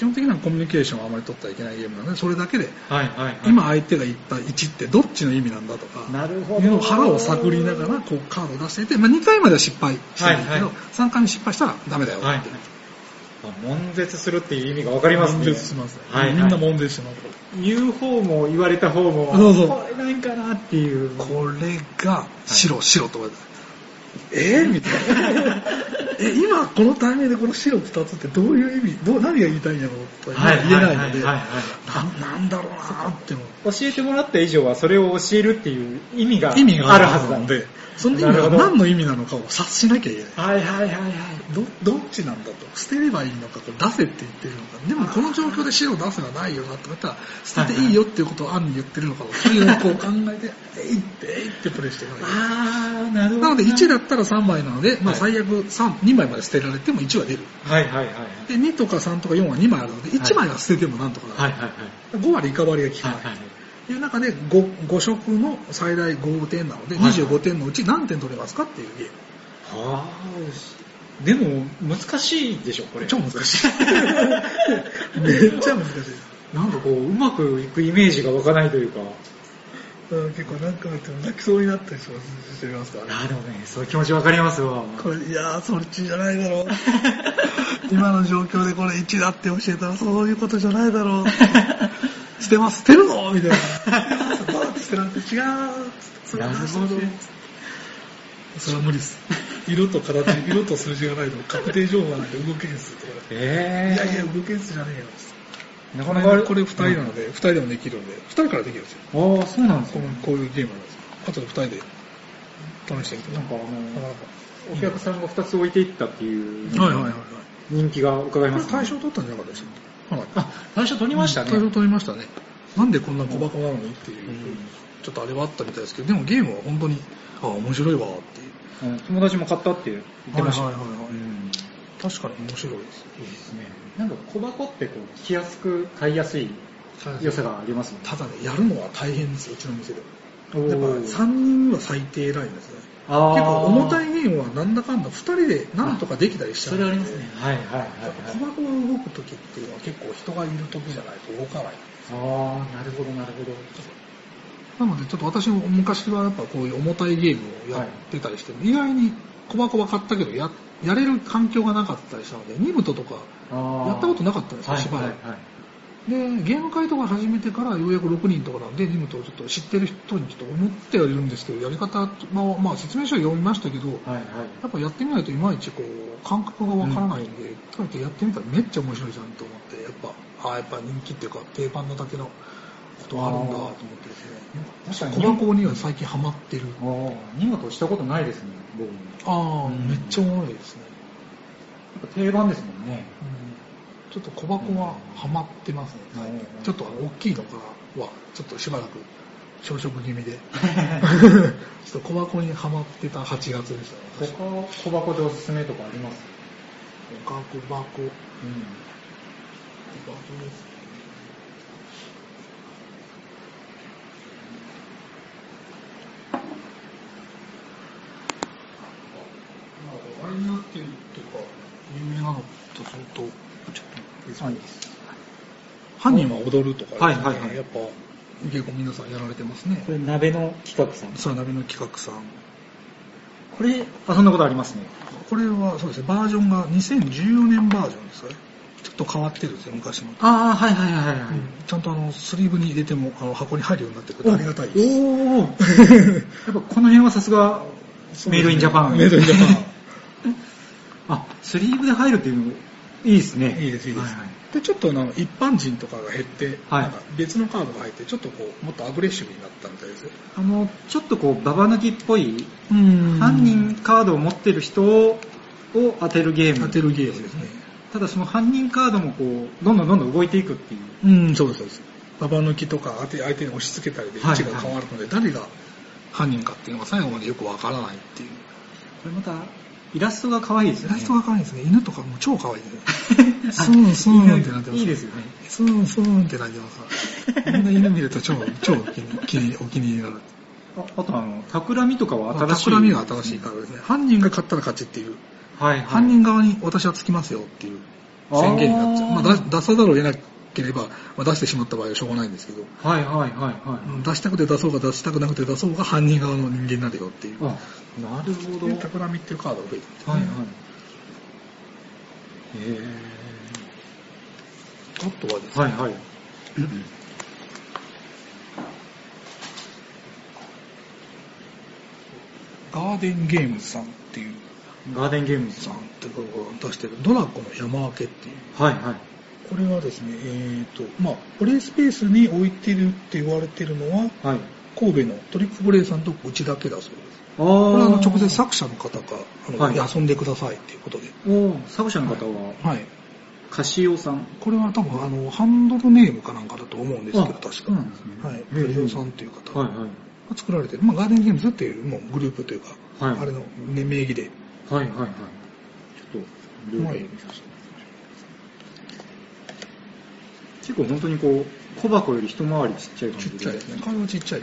本的にはコミュニケーションをあまり取ってはいけないゲームなので、それだけで、 はいはいはい、 今相手が言ったいちってどっちの意味なんだとか、 なるほど、 いうのを腹を探りながらこうカードを出していて、まあ、にかいまでは失敗してるんだけど、はいはい、さんかいめ失敗したらダメだよって、はいはい、 悶絶するっていう意味が分かりますね。 悶絶しますね、 はいはい、 みんな悶絶します。 言う方も言われた方も、 そうそう、 これなんかなっていう、 これが白、はい、白とかえー、みたいなえ今このタイミングでこの白ふたつってどういう意味、どう何が言いたいんやろうとか言えないので、なんだろうなっても教えてもらった以上はそれを教えるっていう意味が意味があるはずなので、その意味が何の意味なのかを察しなきゃいけない。 はいはいはいはい。 どどっちなんだと、捨てればいいのか、こう出せって言ってるのか、でもこの状況で白出せはないよなって言ったら捨てていいよっていうことを暗に言ってるのか、そういうのをこう考えてえいってえいってプレイしていかない。 あーなるほど。 なのでいちだったらさんまいなので、まあ、最悪さん、にまいまで捨てられてもいちは出る。 はいはいはい。 でにとかさんとかよんはにまいあるのでいちまいは捨ててもなんとかなる。はいはいはい。ごはリカバリーが効かない。はいはいという中で 5, ご色の最大ごてんなので、はいはい、にじゅうごてんのうち何点取れますかっていうゲーム。 はあ。でも難しいでしょこれ。 超難しい。めっちゃ難しい。 なんかこううまくいくイメージが湧かないというか。 結構何か見ても泣きそうになったりしてますからね。 あでもねそういう気持ちわかりますわ。 これいやーそっちじゃないだろう。今の状況でこれいちだって教えたらそういうことじゃないだろう。捨てます、捨てるのみたいな。捨てます、捨てられて違う。 なるほど。 それは無理です。色と形、色と数字がないと確定情報がないと動けんすとか。えー、いやいや動けんすじゃねえよ。なかなかこれふたりなので、うん、ふたりでもできるので、ふたりからできるんですよ。 ああ、そうなんですか、ね、 こういうゲームなんです。あとでふたりで試してみて。 なんかあの、お客さんがふたつ置いていったっていう、はいはいはい。人気が伺いますね。 これ大賞取ったんじゃなかったでしょうか。 あ、大賞取りましたね。 大賞取りましたね。なんでこんな小箱なのにっていう、うん、ちょっとあれはあったみたいですけど、でもゲームは本当に、ああ、面白いわっていう、 うん。友達も買ったって言ってました。はいはいはい、はいうん。 確かに面白いです。 いいですね。なんか小箱ってこう、着やすく買いやすい良さがありますね。 ただね、やるのは大変ですよ、うちの店で。やっぱさんにんは最低ラインですね。結構重たいゲームはなんだかんだふたりでなんとかできたりしちゃう。 それありますね。はいはいはい、はい。 小箱が動くときっていうのは結構人がいるときじゃないと動かない。 ああ、なるほどなるほど。なのでちょっと私も昔はやっぱこういう重たいゲームをやってたりして、はい、意外に小箱は買ったけど や, やれる環境がなかったりしたので、ニブトとかやったことなかったんですよ、しばらく。はいはいはいで、ゲーム会とか始めてからようやくろくにんとかなんで、ニムトをちょっと知ってる人にちょっと思ってはいるんですけど、やり方、まあ、まあ、説明書を読みましたけど、はいはい、やっぱやってみないといまいちこう、感覚がわからないんで、とにかくやってみたらめっちゃ面白いじゃんと思って、やっぱ、ああ、やっぱ人気っていうか、定番のだけのことがあるんだと思ってですね。小箱には最近ハマってる。 ニムトしたことないですね、僕も。 ああ、うん、めっちゃおもろいですね。 やっぱ定番ですもんね。 うんちょっと小箱はハマってますね、うん、ちょっとあの大きいのからはちょっとしばらく小食気味でちょっと小箱にハマってたはちがつでしたね。 他小箱でおすすめとかあります？ 他小箱、うん、小箱です。ラインナップとか有名なのとするとちょっとはい、犯人は踊るとかですね、はいはいはい、やっぱ結構皆さんやられてますね。 これ鍋の企画さん。 そう鍋の企画さん。 これあそんなことありますね。 これはそうですね、バージョンがにせんじゅうよねんバージョンですかね。ちょっと変わってるんですよ昔の。 ああはいはいはいはい、うん。 ちゃんとあのスリーブに入れてもあの箱に入るようになってくる。ありがたいです。 おお。やっぱこの辺はさすがメイドインジャパン。 メイドインジャパン。 あスリーブで入るっていうのいいですね。 いいですいいです。はいはい、でちょっとあの一般人とかが減って、はい、なんか別のカードが入ってちょっとこうもっとアグレッシブになったみたいですよ。 あのちょっとこうババ抜きっぽい犯人カードを持ってる人を当てるゲーム。 当てるゲームですね。 ただその犯人カードもこうどんどんどんどん動いていくっていう。 うんそうですそうです。ババ抜きとか当て相手に押し付けたりで位置が変わるので、はいはい、誰が犯人かっていうのが最後までよくわからないっていう。 これまたイラストが可愛いですね。 イラストが可愛いですね。犬とかも超可愛いですね。スーンスーンってなってます。 いいですよね。 スーンスーンってなってます。みんな犬見ると超超お気にお気に入りになる。 あ, あとあの企みとかは新しい。 企みが新しいカードですね。犯人が勝ったら勝ちっていう。 はい、はい。 犯人側に私はつきますよっていう。 宣言になっちゃう。まあ、出さざるを得なければ、まあ、出してしまった場合はしょうがないんですけど、 はいはいはいはい。 出したくて出そうが出したくなくて出そうが犯人側の人間になるよっていう。 あ、なるほど。 企みっていうカードが増えてるんですね。 はいはい。へー。あとはですね。 はいはい。 ガーデンゲームズさんっていう。 ガーデンゲームズさんっていうのを出してるドラコの山分けっていう。 はいはい。 これはですね、えーと、まあ、プレイスペースに置いてるって言われてるのは、はい、神戸のトリックプレイさんとうちだけだそうです。あこれはあの直接作者の方があの、はい、遊んでくださいっていうことで。 お作者の方は、はい、カシオさん。 これは多分あのハンドルネームかなんかだと思うんですけど、確か。そうなんですね。はい。カシオさんっていう方が作られてる、まあ、ガーデンゲームズっていうもうグループというか、はい、あれの、ね、名義で。 はいはいはい。ちょっと、了解です。結構本当にこう小箱より一回りちっちゃい感じで。ちっちゃいですね。 顔はちっちゃい。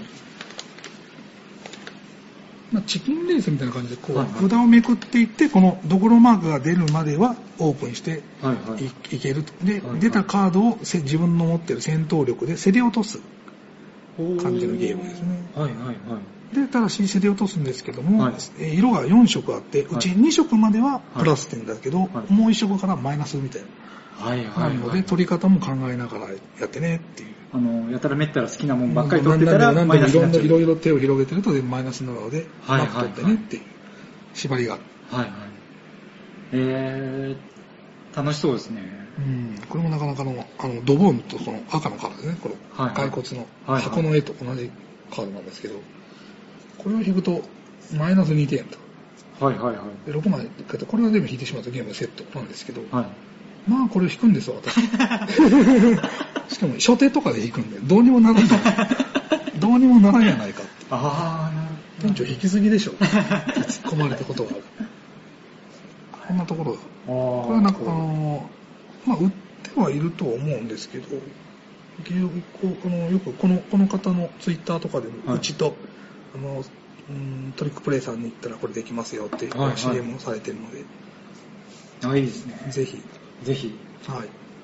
まあ、チキンレースみたいな感じでこう、はいはい、札をめくっていってこのドクロマークが出るまではオープンして い,、はいはい、いけると。で、はいはい、出たカードを自分の持ってる戦闘力で競り落とす感じのゲームですね。はいはいはい。でただし競り落とすんですけども、はい、色がよん色あってうちに色まではプラス点だけど、はいはい、もういち色からマイナスみたいな。はいはいはい、なので取り方も考えながらやってねっていう。 あのやたらめったら好きなもんばっかり取ってたらマイナスになっちゃう。 いろいろ手を広げてるとマイナスなので、はいはいはい、取ってねっていう縛りがある。はいはい。 えー、楽しそうですね。 うん、これもなかなかのあのドボンとこの赤のカードですね。この骸骨の箱の絵と同じカードなんですけど、これを引くとマイナスにてんと。はいはいはい。でろくまいこれは全部引いてしまうとゲームセットなんですけど。はい。まあこれを引くんですよ私。しかも初手とかで引くんでどうにもならないどうにもならんやないかって。ああ、店長引きすぎでしょ突っ込まれたことがある。こんなところだ。これはなんかあのまあ売ってはいると思うんですけど、このよくこのこの方のツイッターとかでも、はい、うちとあのうんトリックプレイさんに行ったらこれできますよっていう シーエム をされてるので、 はいはい、あいいですね。 ぜひぜひ。はい。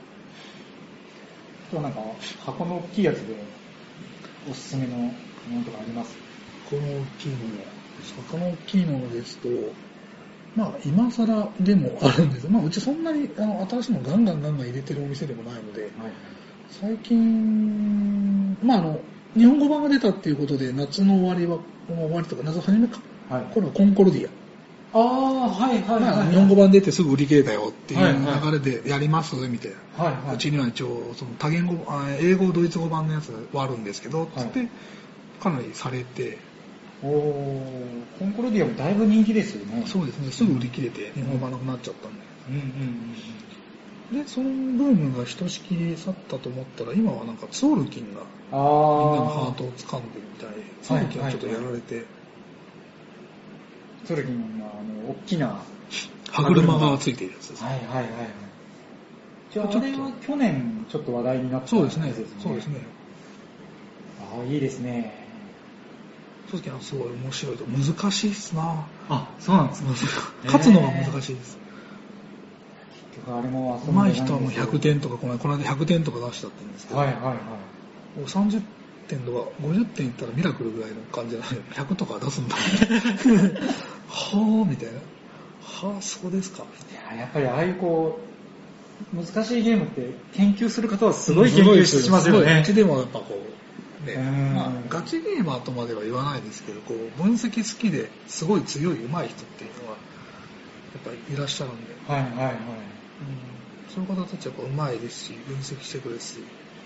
となんか箱の大きいやつでおすすめのものとかあります？ この大きいもの、箱の大きいものですと、まあ今更でもあるんです。まあうちそんなにあの新しいのガンガンガンガン入れてるお店でもないので、はい、最近まああの日本語版が出たっていうことで夏の終わりは終わりとか夏の初めか、はい、これはコンコルディア。 ああ、はいはいはい、はい。 日本語版出てすぐ売り切れたよっていう流れでやりますみたいな。はいはい、うちには一応その多言語、英語、ドイツ語版のやつはあるんですけど、つってかなりされて。 おー、コンコルディアもだいぶ人気ですよね。 そうですね、すぐ売り切れて日本語版なくなっちゃったんで。うんうんうん、で、そのブームがひとしきり去ったと思ったら、今はなんかツオルキンがみんなのハートを掴んでるみたいで、ツオルキンがちょっとやられて。はいはいはい、 ツオルキンはあの大きな歯車がついているやつです。 はいはいはい。じゃあ、あれは去年ちょっと話題になったそうですね。そうですね。 ああ、いいですね。 正直すごい面白いと難しいですな。 あ、そうなんですか。 勝つのが難しいです。 結局あれも上手い人はもうひゃくてんとかこの間ひゃくてんとか出したって言うんですけど。はいはいはい。さんじゅってんとかごじゅってんいったらミラクルぐらいの感じなのでひゃくとか出すんだ。はぁみたいな。はぁそうですか。 いややっぱりああいうこう難しいゲームって研究する方はすごい研究しますよね。 うちでもやっぱこう。ねまあ、ガチゲーマーとまでは言わないですけどこう分析好きですごい強い上手い人っていうのはやっぱりいらっしゃるんで、はいはいはい、うん、そういう方たちはやっぱ上手いですし分析してくれるし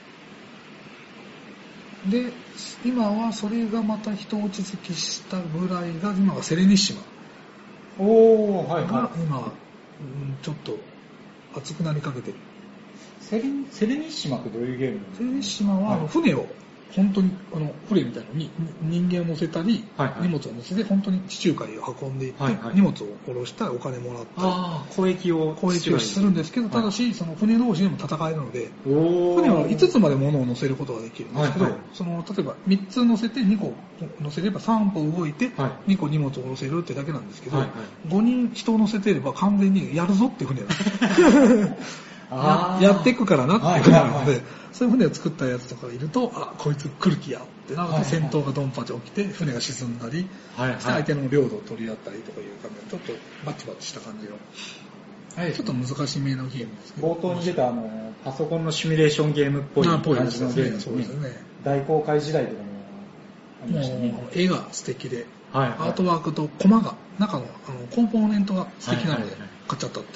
で今はそれがまた一落ち着きしたぐらいが今はセレニッシマお、はいはい、が今、うん、ちょっと熱くなりかけてる。 セレ、セレニッシマってどういうゲームなんですか？ セレニッシマは、はい、船を本当にあの船みたいなのに人間を乗せたり、はいはい、荷物を乗せて本当に地中海を運んでいって、はいはい、荷物を下ろしたらお金もらったりあ交易を交易をするんですけど、ただしその船同士でも戦えるので船はいつつまで物を乗せることができるんですけど、はいはい、その例えばみっつ乗せてにこ乗せればさん歩動いてにこ荷物を下ろせるってだけなんですけど、はいはい、ごにん人を乗せていれば完全にやるぞって船なんですや, やっていくからなっていうことなので、はいはいはい、そういう船を作ったやつとかがいると、あ、こいつ来る気やってなると戦闘がドンパチ起きて船が沈んだり、はいはい、相手の領土を取り合ったりとかいう感じでちょっとバチバチした感じの、はい、ちょっと難しめのゲームですけど、 冒頭に出たあのパソコンのシミュレーションゲームっぽい感じのゲームですね。そうですね。大航海時代とかもありましたね。 もう絵が素敵で、はいはい、アートワークとコマが中のあのコンポーネントが素敵なので買っちゃったって。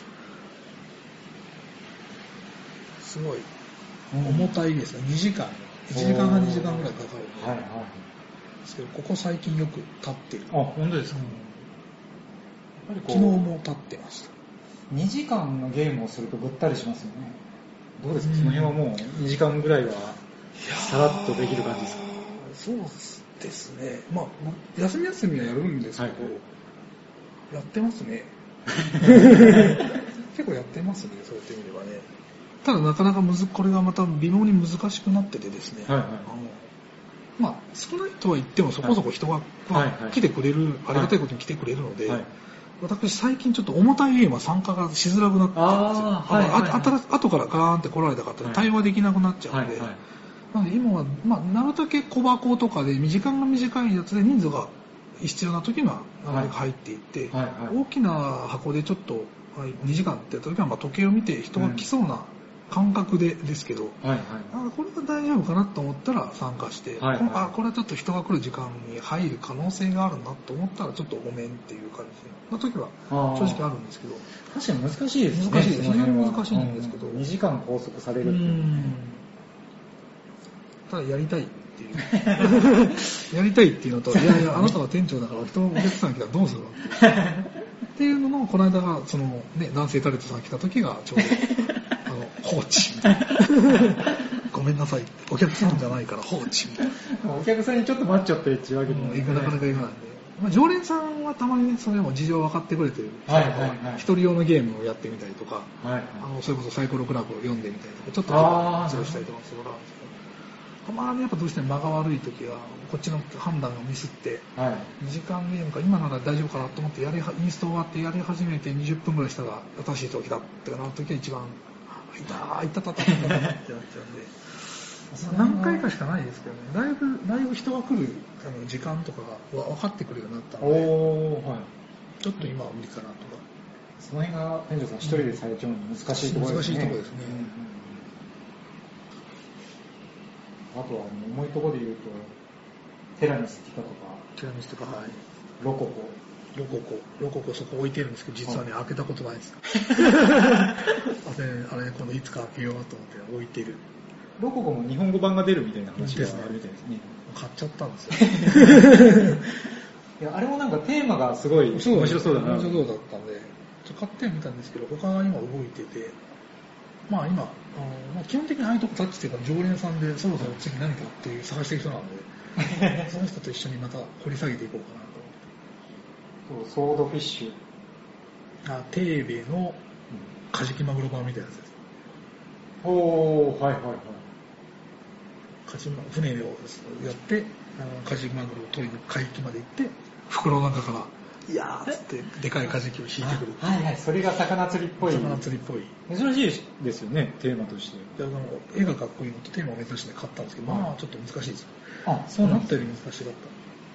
すごい重たいですね。にじかん、いちじかんはんにじかんぐらいかかるので、はいはい、ですけどここ最近よく立ってる。 あ、本当ですか。 うん、やっぱり昨日も立ってました。 にじかんのゲームをするとぐったりしますよね。どうですか、その辺はもうにじかんぐらいはさらっとできる感じですか。 そうですね。まあ休み休みはやるんですけど、はい、やってますね。結構やってますね、そうやってみればね。ただなかなかむずこれがまた微妙に難しくなっててですね、はいはい、あのまあ、少ないとは言ってもそこそこ人が、はいまあ、来てくれる、はい、ありがたいことに来てくれるので、はい、私最近ちょっと重たいゲームは参加がしづらくなってるんですよ。あ、はいはいはい、ああ後からガーンって来られた方で対話できなくなっちゃうので、はいはいはい、なので今は、まあ、なるだけ小箱とかで時間が短いやつで人数が必要な時には入っていって、はいはいはい、大きな箱でちょっとにじかんってやった時はまあ時計を見て人が来そうな感覚でですけど、はいはい、これが大丈夫かなと思ったら参加して、はいはい、こ, あこれはちょっと人が来る時間に入る可能性があるなと思ったらちょっとごめんっていう感じの時は正直あるんですけど、 確かに難しいですね。 難しいです。非常に難しいんですけど、 にじかん拘束されるっていう、うん、 ただやりたいっていうやりたいっていうのと、いやいやあなたは店長だから人お客さん来たらどうするのっていうののこの間がその、ね、男性タレントさん来た時がちょうどあの放置みたいなごめんなさいお客さんじゃないから放置みたいなお客さんにちょっと待っちゃってっていうわけでも、 うん、なかなかいかないんで、まあ、常連さんはたまにねそれでも事情分かってくれてる、はいはいはい、一人用のゲームをやってみたりとか、はいはい、あのそれこそサイコロクラブを読んでみたりとかちょっと活用したりとかするからたまにやっぱどうしても間が悪い時はこっちの判断をミスって、はい、にじかんゲームか今なら大丈夫かなと思ってやりインスト終わってやり始めてにじゅっぷんぐらいしたら新しい人が来たってなる時が一番いたいたたたたたってなっちゃうんで何回かしかないですけどね、だいぶだいぶ人が来るあの時間とかが分かってくるようになったので、お、はい、ちょっと今は無理かなとか。 その辺が店長さん一人でされちゃうの難しいところですね。 難しいところですね。 うん、あとは重いところで言うとテラミスティカとかテラミスティカ、はい、 ロココロココロココそこ置いてるんですけど実はね、はい、開けたことないですあれあれ今度いつか開けようと思って置いてる。 ロココも日本語版が出るみたいな話があるみたいですね。 買っちゃったんですよいやあれもなんかテーマがすごい面白そうだな。 面白そうだったんでちょっと買ってみたんですけど他が今動いてて、まあ今あの、まあ、基本的にああいうとこタッチっていうか常連さんでそろそろ次何かっていう探してる人なんでその人と一緒にまた掘り下げていこうかなと思って。 そうソードフィッシュあテーベのカジキマグロ版みたいなやつです。 おお、はいはいはい。 カジマ船をやってあのカジキマグロを取りに海域まで行って袋の中からいやーっつってでかいカジキを引いてくるっていう。 はいはい、それが魚釣りっぽい。 魚釣りっぽい。 珍しいですよね、テーマとして。いやでも絵がかっこいいのとテーマを目指して買ったんですけど、まあちょっと難しいですよ。 あ、そうなんですか。 思ったより難しかった。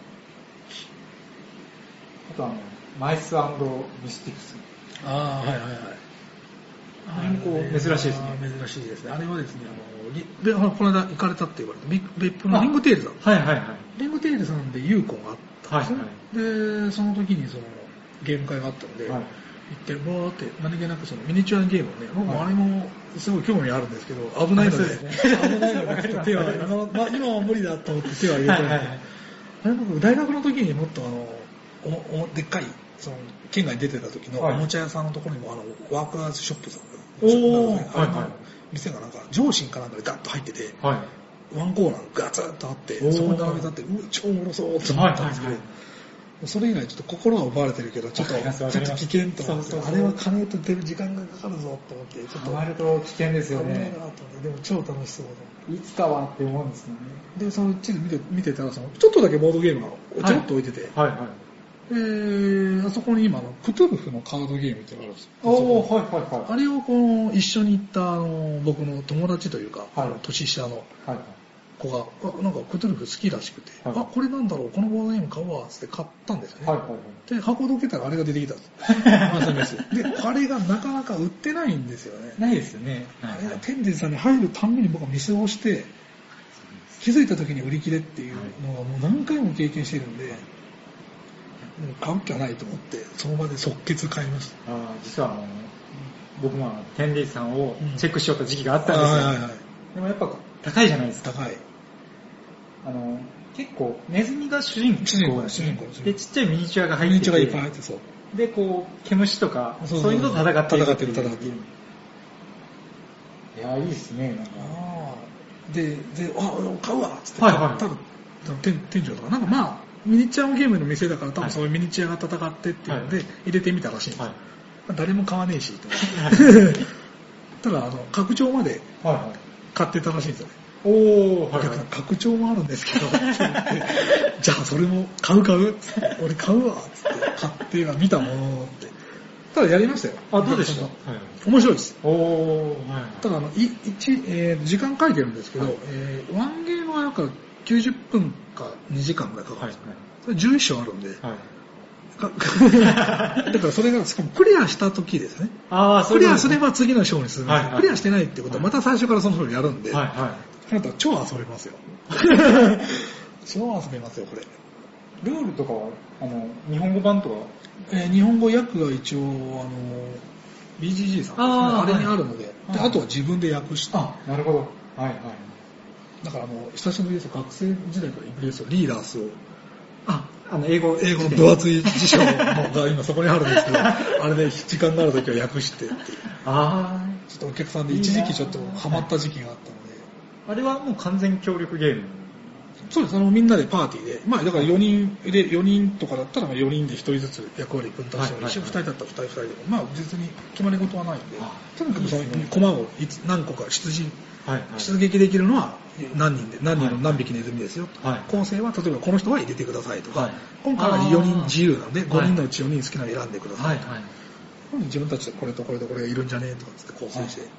あとあのマイス&ミスティクス。 ああはいはいはい。 あれもこう珍しいですね。 珍しいですね。あれはですね、あのでこの間行かれたって言われて別府のリングテールさん。 はいはいはい。 リングテールさんでユーコンがあったんですね。はいはい、でその時にそのゲーム会があったので、はい、行ってボーって何気なくそのミニチュアゲームをね、僕もあれもすごい興味あるんですけど危ないので、ね、危ないのでちょっと手はあの、まあ、今は無理だと思って手は入れてるんで、はいはい、あれ僕大学の時にもっとあのおおでっかいその県外に出てた時のおもちゃ屋さんのところにもあのワークアーズショップさんがお、はいはい、店がなんか上信かなんかでガッと入ってて、はい、ワンコーナーガツッとあってそこに並べたってう超おもろそうって思ったんですけど、はいはいはい、それ以来ちょっと心は奪われてるけどちょっとちょっと危険と思って、あれは金と出る時間がかかるぞと思ってちょっとハマると危険ですよね。 危ないなと思って、でも超楽しそうだ。いつかはって思うんですよね。 でその地図見て見てたらそのちょっとだけボードゲームがちょっと置いてて、はいはい、 えー、あそこに今のクトゥルフのカードゲームってのがあるんですよ。 おー、はいはいはい。 あれをこの一緒に行ったあの僕の友達というか、 はい、 年下のはい子が、あなんかクトゥルフ好きらしくて、はい、あ、これなんだろう、このボードゲーム買うわって買ったんですよね。はいはいはい、で、箱を開けたらあれが出てきたんです。で、あれがなかなか売ってないんですよね。 ないですよね。 あれが天神さんに入るたんびに僕は店をして、気づいた時に売り切れっていうのがもう何回も経験してるんで、もう買う気はないと思って、その場で即決買いました。 あ実はあの僕も天神さんをチェックしようと時期があったんですよ。うんはいはいはい、でもやっぱ高いじゃないですか。 高い。 あの結構ネズミが主人公主人公でちっちゃいミニチュアが入ってて、 ミニチュアがいっぱい入ってそう。 でこう毛虫とかそういうのと戦ってる戦ってる戦ってる。 いやいいですね。なんかでであ買うわっつって買ったら、はいはい、店, 店長とかなんかまあミニチュアゲームの店だから多分そういうミニチュアが戦ってっていうので入れてみたらしいんです、はいまあ、誰も買わねえしとただあの拡張まで買ってたらしいんですよね。 おー、はいはい、 拡張もあるんですけどじゃあそれも買う買う俺買うわっつって買って見たものってただやりましたよ。 あ、どうでした？はい、 面白いです。 おー、はい、 ただあのい一、えー、時間書いてるんですけど、はいえー、ワンゲームはなんかきゅうじゅっぷんかにじかんぐらいかかるんですよ、はいはい、それじゅういっ章あるんで、はい、だからそれがしかもクリアした時ですね。 あクリアすれば次の章に進む、はいはい、クリアしてないってことはまた最初からその章にやるんで、 はいはい、 あなた超遊べますよ超遊べますよこれ。 ルールとかはあの日本語版とか、 えー、日本語訳が一応あの ビージージー さんですね あ, あれにあるので、はい、であとは自分で訳して。 あ、なるほど。はいはい。 だからあの久しぶりです学生時代からインプレスリーダースをああの英語英語の分厚い辞書が今そこにあるんですけどあれで時間がある時は訳してっていうあちょっとお客さんで一時期ちょっとハマった時期があったので。 あれはもう完全協力ゲーム。 そうです。あのみんなでパーティーで、まあだからよにんでよにんとかだったらよにんでひとりずつ役割分担してもいいし、はいはいはい、ふたりだったらふたりふたりでもまあ別に決まり事はないんで、とにかくその駒をいつ何個か出陣、はいはい、出撃できるのは何人で何人の何匹ネズミですよ、はい、構成は例えばこの人は入れてくださいとか、はい、今回はよにん自由なのでごにんのうちよにん好きなの選んでくださいとか、はいはい、自分たちでこれとこれとこれがいるんじゃねえとかつって構成して、はい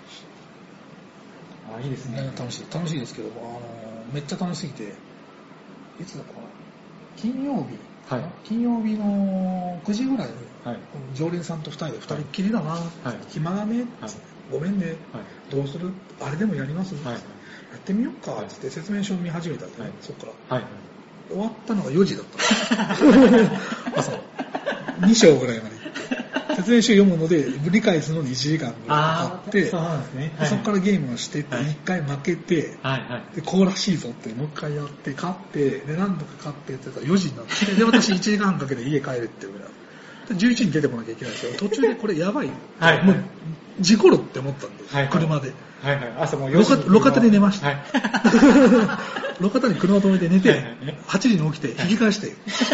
あいいですね。 楽しい楽しいですけど、あのめっちゃ楽しすぎていつだかな金曜日、はい、金曜日のくじぐらいに、はい、常連さんとふたりでふたりっきりだな、はい、暇だね、はい、ごめんね、はい、どうするあれでもやります、はい、やってみようかってって説明書を見始めたんで、ねはい、そっから、はい、終わったのがよじだった朝に章ぐらいまで説明書読むので理解するのにいちじかんぐらいかかってそ, うねはい、 そこからゲームをしてっていっかい負けて、はいはい、でこうらしいぞってもう一回やって勝ってで何度か勝ってって言ったらよじになってで私いちじかんかけて家帰るっていうぐらいじゅういちじに出てこなきゃいけないんですよ。途中でこれやばい、はいはい、もう事故るって思ったんで、はいはい、車で、 はいはい、朝もうよじに路肩で寝ました、はい、路肩に車止めて寝て、はいはい、はちじに起きて引き返して、はい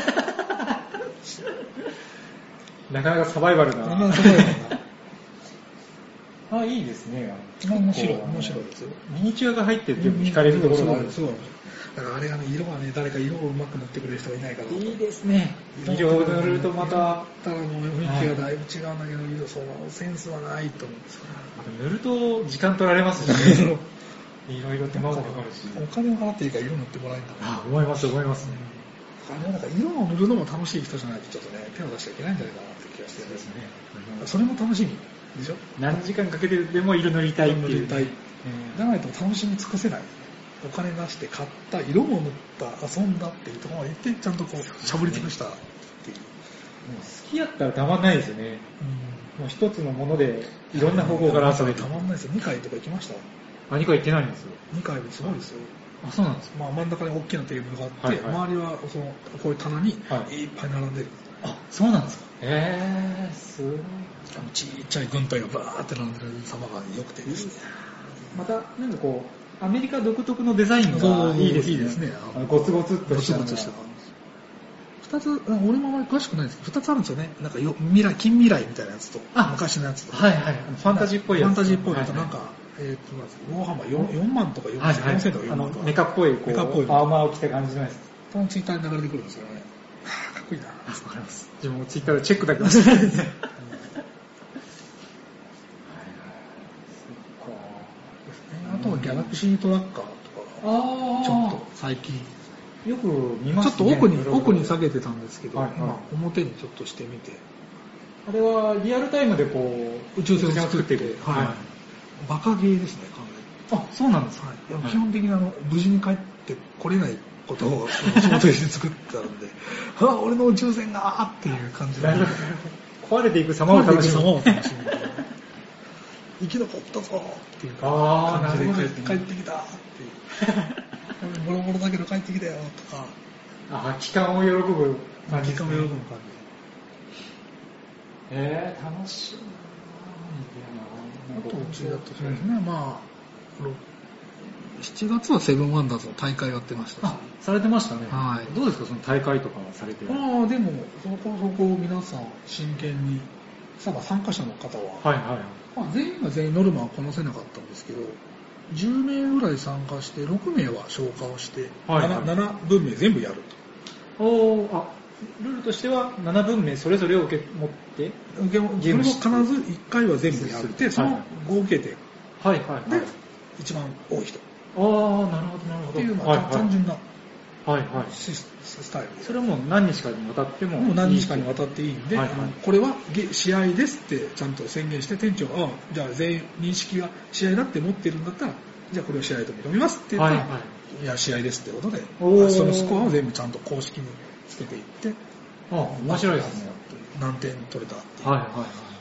なかなかサバイバルな。なかなかサバイバルな。あ、いいですね。 面白い、面白いですよ。 ミニチュアが入ってると惹かれるところがある。 そう、だからあれがね、色がね、誰か色をうまく塗ってくれる人がいないから。 いいですね。色を塗るとまた。 ただもう雰囲気がだいぶ違うんだけど、色、そのセンスはないと思うんですよね。 塗ると時間取られますしね。いろいろ手間もかかるし。 お金を払っていいから色塗ってもらえるんだな。 あ、思います、思いますね。 あれなんか色を塗るのも楽しい人じゃないとちょっとね手を出しちゃいけないんじゃないかなって気がしてるんですね。それも楽しみでしょ。 何時間かけてでも色塗りたいっていう。 塗りたい。じゃないと楽しみ尽くせない。お金出して買った色も塗った遊んだっていうところまで行ってちゃんとこうしゃぶり尽くしたっていう。 もう好きやったらたまんないですよね。うん、もう一つのものでいろんな方向から遊べる。 たまんないですよ。にかいとか行きました。 あ、にかい行ってないんですよ。 にかいすごいですよ。 あ、そうなんですか。 まあ、真ん中に大きなテーブルがあって、はいはい、周りはそのこういう棚にいっぱい並んでる、 はい、あ、そうなんですか。へえー、すごい。 ちっちゃい軍隊がバーって並んでる様が良くてですね。 またなんかこうアメリカ独特のデザインがいいですね。いいですね。あのゴツゴツっとした。ゴツゴツした二つ、俺もあまり詳しくないですけど、二つあるんですよね。なんかよ未来近未来みたいなやつと昔のやつと。 はいはい。ファンタジーっぽいやつ。 ファンタジーっぽいやつとなんか。はいはい、えー、とウォーハンマー よんまんとかよんせんとかよんまんとかメカっぽいこうアーマーを着た感じのやつそのツイッターに流れてくるんですよね。かっこいいな。 わかります。自分もツイッターでチェックだけしてるんですね。 あとはギャラクシートラッカーとかがちょっと最近よく見ますね。 ちょっと奥に奥に下げてたんですけど、 はいはい、 今表にちょっとしてみて、 あれはリアルタイムでこう宇宙船を作っていく、はいはい、バカゲーですね、完全に。 あ、そうなんですか。 はい、基本的にあの無事に帰ってこれないことを想定して作ったんで、ああ俺の宇宙船がっていう感じで壊れていく様を楽しむ。 生き残ったぞっていう感じで帰って、帰ってきたっていう。ボロボロだけど帰ってきたよとか。 あ、帰還を喜ぶ感じですね。帰還を喜ぶ感じ。 えー、楽しいな。 あとうちだとそうですね、うん、まあしちがつはセブンワンダーズの大会やってましたし。 あ、されてましたね。 はい。 どうですか、その大会とかされてる？ ああ、でもそこそこ皆さん真剣に、参加者の方は、 はいはい。 まあ、全員が全員ノルマはこなせなかったんですけど、じゅうめいぐらい参加してろくめいは消化をして、はいはい、ななぶんめい全部やると。おあ、ルールとしてはななぶんめいそれぞれを受け持って受けゲームそれも必ずいっかいは全部やって、その合計点、 はいはいはい、 で一番多い人。 ああ、なるほどなるほど。 っていう、まあはいはい、単純なはいはい、 スタイルで。 それはもう何日かにわたってもいい。 もう何日かにわたっていいんで、はいはい、これは試合ですってちゃんと宣言して、店長が、あじゃあ全員認識が試合だって持ってるんだったら、じゃあこれを試合と認めますって言ったら、はいはい、いや試合ですってことで、そのスコアを全部ちゃんと公式につけていって、 ああ面白いですね。 何点取れたっていう。 はいはいはい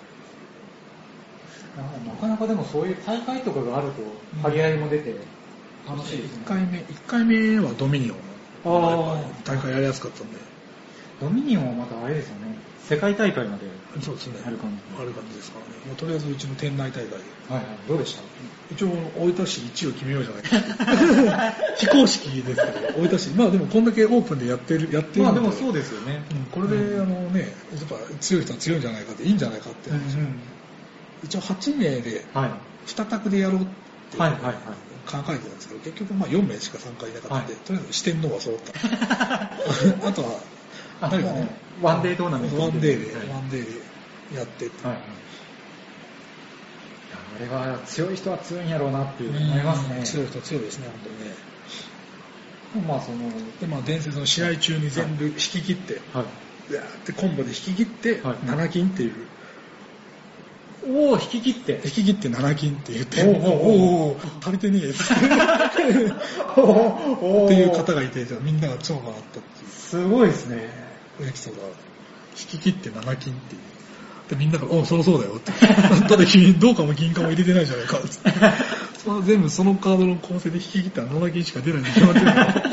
。なかなかでもそういう大会とかがあると張り合いも出て楽しいですね。 いっかいめ、いっかいめはドミニオン。あ大会やりやすかったんで。 ドミニオンはまたあれですよね。世界大会までそうですね。 ある感じ。 ある感じですからね。もうとりあえずうちの店内大会で。 はいはい。どうでした？ 一応大分市いちいを決めようじゃないか。非公式ですけど、大分市。まあでもこんだけオープンでやってるやってるまあでもそうですよね。 うん、これで、うん、あのね、やっぱ強い人は強いんじゃないかっていいんじゃないかって話、うんうん。一応はちめいでに択でやろうっていう。はいはいはい。考えてたんですけど、結局まあよんめいしか参加いなかったんで、はい、とりあえず四天王は揃った。あとは何かね、 ワンデートーナメント。 ワンデーで、はい、ワンデーでやってって。はい、 あれは強い人は強いんやろうなっていう思いますね。 強い人は強いですね、本当にね。 まあそのでまあ伝説の試合中に全部引き切って、はい、でってコンボで引き切って、はい、なな金っていう。 おお引き切って引き切ってなな金って言っておおお足りてねえっていう方がいてみんなが超があったっていうすごいですねエピソードが引き切ってなな金っていうでみんながおそろそうだよってだって君どうかも銀貨も入れてないじゃないかってその全部そのカードの構成で引き切ったらなな金しか出ないに決まってるからい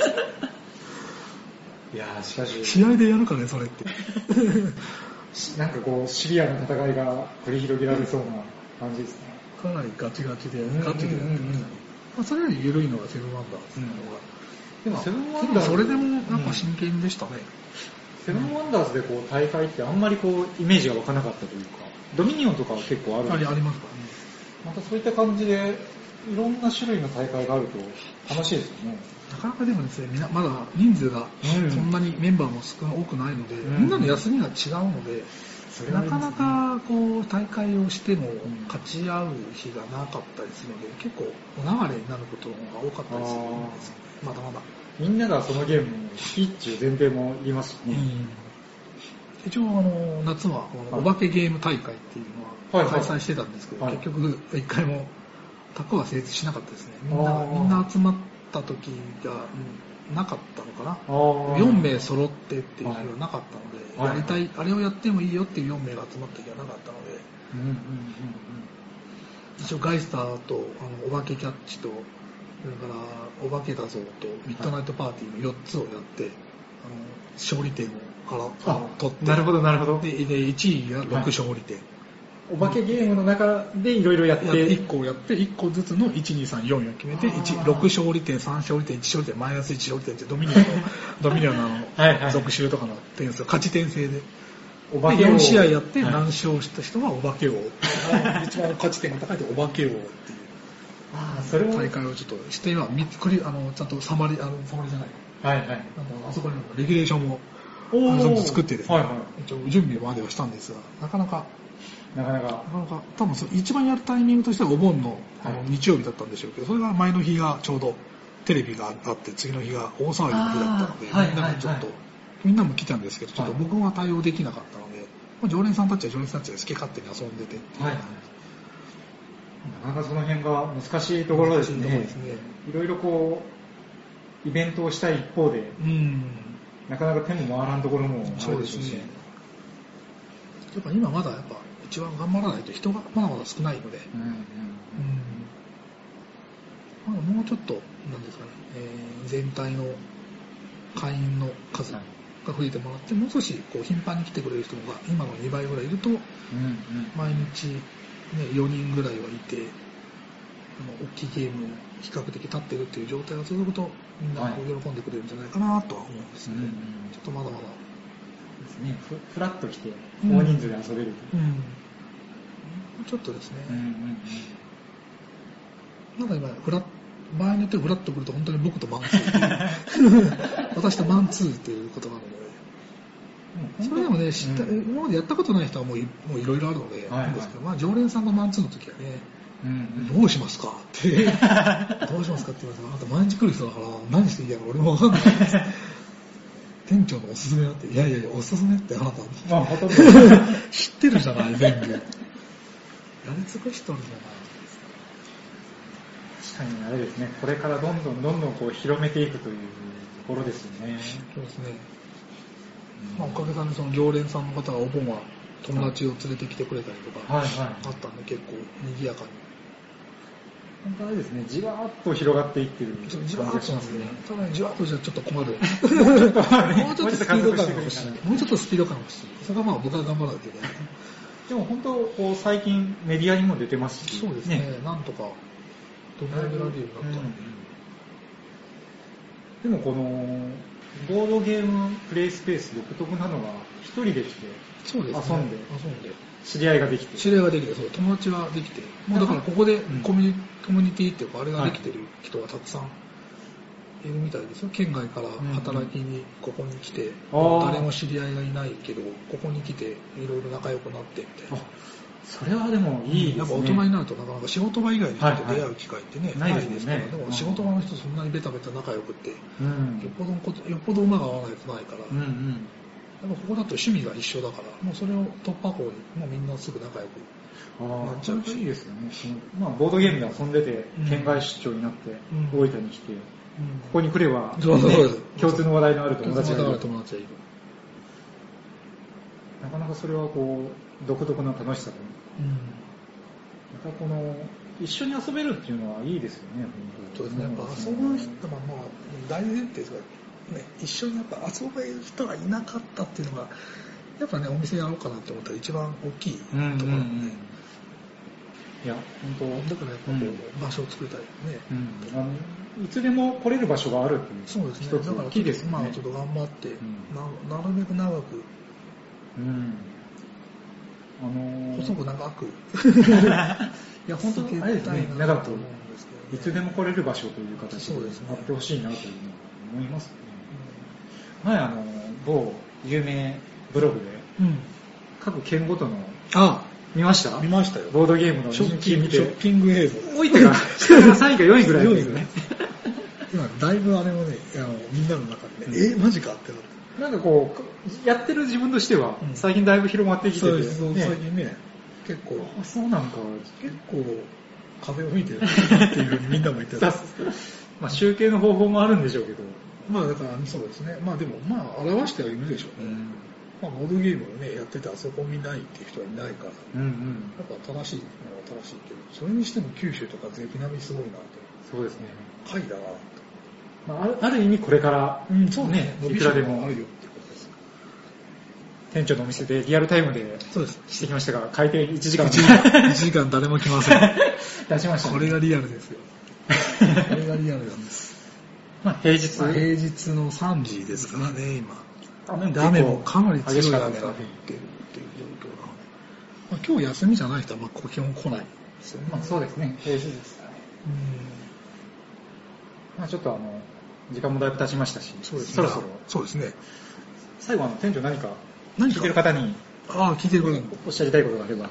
やしかし試合でやるかねそれってなんかこうシビアな戦いが繰り広げられそうな感じですね。 かなりガチガチでガチでやってましたね。まあそれより緩いのがセブンワンダーズの方が。 でもセブンワンダーズそれでもなんか真剣でしたね。 セブンワンダーズでこう大会ってあんまりこうイメージが湧かなかったというか、ドミニオンとかは結構あるんですか？ ありますからね。 またそういった感じでいろんな種類の大会があると楽しいですよね。 なかなかでもですね、みなまだ人数がそんなにメンバーも少な多くないので、うん、みんなの休みが違うので、うん、なかなかこう大会をしても勝ち合う日がなかったりするので、結構お流れになることが多かったりするんですよね。まだまだ。 みんながそのゲームに好きっていう前提も言いますしね。うん、 一応あの夏はお化けゲーム大会っていうのは開催してたんですけど、はいはい、結局一回もタコは成立しなかったですね。みんなみんな集まった時がなかったのかな。よんめい揃ってっていう日はなかったので、はい、やりたいあれをやってもいいよっていうよんめいが集まった日はなかったので、うんうんうんうん、一応ガイスターとあのお化けキャッチとそれからお化けだぞとミッドナイトパーティーのよっつをやって、はい、あの勝利点をから取って、 なるほどなるほど。 ででいちいがろく勝利点。はい、 お化けゲームの中でいろいろやっていっこをやっていっこずつのいちにさんよんを決めてろく勝利点さん勝利点いち勝利点マイナスいち勝利点ってドミニオンのドミニオンのあの続集とかの点数勝ち点制でお化けでよん試合やって何勝した人はお化け王、はい、一番勝ち点が高いとお化け王っていうあそれ大会をちょっとして今クリあのちゃんとサマリあのサマリじゃない、はいはい、あのあそこにレギュレーションも作ってですね、はいはい、準備まではしたんですが、なかなか、 なかなか、 なかなか多分一番やるタイミングとしてはお盆の、あの日曜日だったんでしょうけど、それが前の日がちょうどテレビがあって、次の日が大騒ぎの日だったので、みんなもちょっと、みんなも来たんですけど、ちょっと僕は対応できなかったので、まあ、常連さんたちは常連さんたちで好き勝手に遊んでて、はい、 なかなかその辺が難しいところですね。ですね、いろいろこうイベントをしたい一方で、うん、なかなか手も回らんところもあるでしょうし、ね、 やっぱ今まだやっぱ一番頑張らないと人がまだまだ少ないので、うんうんうん、まあ、もうちょっとなんですかね、えー、全体の会員の数が増えてもらって、もう少しこう頻繁に来てくれる人が今のにばいぐらいいると、うんうん、毎日、ね、よにんぐらいはいて、あの大きいゲーム比較的立ってるっていう状態が続くと、みんなこう喜んでくれるんじゃないかなとは思うんですけど、はい、ちょっとまだまだですね、ふ, ふらっと来て大人数で遊べると、うんうんちょっとですね、うんうんうん、なんか今フラ場合によってフラッと来ると本当に僕とマンツー私とマンツーっていうことなので、うん、それでもね知った、うん、今までやったことない人はもういろいろあるので、はいはい、ですけど、まあ、常連さんのマンツーの時はね、うんうん、どうしますかってどうしますかって言われて、あなた毎日来る人だから何していいやろ俺も分かんない店長のおすすめだって、いやいやいやおすすめってあなた、まあ、ほとんど知ってるじゃない全部やり尽くしとるじゃないですか。確かにあれですね、これからどんどんどんどんこう広めていくというところですよね。 そうですね、うん、まあ、おかげさまでその常連さんの方がお盆は友達を連れてきてくれたりとかあったんで、結構賑やかに、 本当あれですね、じわーっと広がっていってる感じがしますね。 じわーっとしますね。ただじわーっとじゃちょっと困る。もうちょっとスピード感が欲しい。もうちょっとスピード感が欲しい。それはまあ僕は頑張らなきゃいけない。 でも本当こう最近メディアにも出てますし、 そうですね。ね、なんとかどのぐらい見られるようになったので、 うん、でもこのボードゲームプレイスペース独特なのが一人で来て遊んで、そうですね、遊んで知り合いができて知り合いができて、そう友達ができて、もうだからここでコミュニ、うん、コミュニティっていうかあれができてる人がたくさんいるみたいですよ。県外から働きにここに来て、うんうん、誰も知り合いがいないけどここに来ていろいろ仲良くなってみたいな。 それはでもいいですね。 やっぱ大人になるとなかなか仕事場以外の人と出会う機会ってね、はいはい、ないですから、ね、でも仕事場の人そんなにベタベタ仲良くって、うん、よっぽどよっぽど馬が合わないとないから、うんうん、やっぱここだと趣味が一緒だから、もうそれを突破口にもうみんなすぐ仲良くなっちゃうし。 いいですよね。まあ、ボードゲームで遊んでて、県外出張になって、うん、大分に来て、うん、ここに来れば、ね、共通の話題のある友達がいる。友達がいる。なかなかそれはこう独特な楽しさと、うん、またこの一緒に遊べるっていうのはいいですよね。 そうですね。やっぱ遊ぶ人はまあ大前提ですが、ね、一緒にやっぱ遊べる人がいなかったっていうのがやっぱねお店やろうかなって思ったら一番大きいところなので、うんうんうん、いや本当だからやっぱこう、うん、場所を作りたいね、 うん、あのいつでも来れる場所があるっていう。 そうですね。だから大きいですね。まあちょっと頑張って、うん、な, なるべく長く。うんあのー、細く長くいや本当にあれですね、長くいつでも来れる場所という形であってほしいなというのを思いますね。うん、前あの某有名ブログで、うん、各県ごとのあ見ました見ましたよ。 ボードゲームの人気見てショッピング映像多いってかさんいかよんいぐらいですね。 今だいぶあれもねあのみんなの中でね、うん、えマジかってなって。 なんかこうやってる自分としては最近だいぶ広まってきてて、うん、 そう最近ね結構あそうなんか結構風を吹いてるっていうふうにみんなも言ってたまあ集計の方法もあるんでしょうけど、 まあだからそうですね。まあでもまあ表してはいるでしょうね。うん、まあボードゲームをねやっててあそこ見ないっていう人はいないから、うんうん、やっぱ正しいのは正しいけど、それにしても九州とかゼビナミすごいなと。 そうですね。 貝だなと。 まあ、ある意味これから、うん、そうね、いくらでもあるよってことです。 店長のお店でリアルタイムでしてきましたが、開店いちじかん。いちじかん誰も来ません。 出しました、ね。 これがリアルですよ。これがリアルなんです。 まあ平日、まあ、 平日のさんじですからね、今。雨もかなり強い雨が降ってるっていう状況なので、まあ、今日休みじゃない人はまあ基本来ないですよね。 まあそうですね、平日ですからね。うんまあ、ちょっとあの時間もだいぶ経ちましたし、 そうですね、 そろそろそうですね。 最後、あの店長何か聞いてる方に、 ああ、聞いてる方におっしゃりたいことがあれば。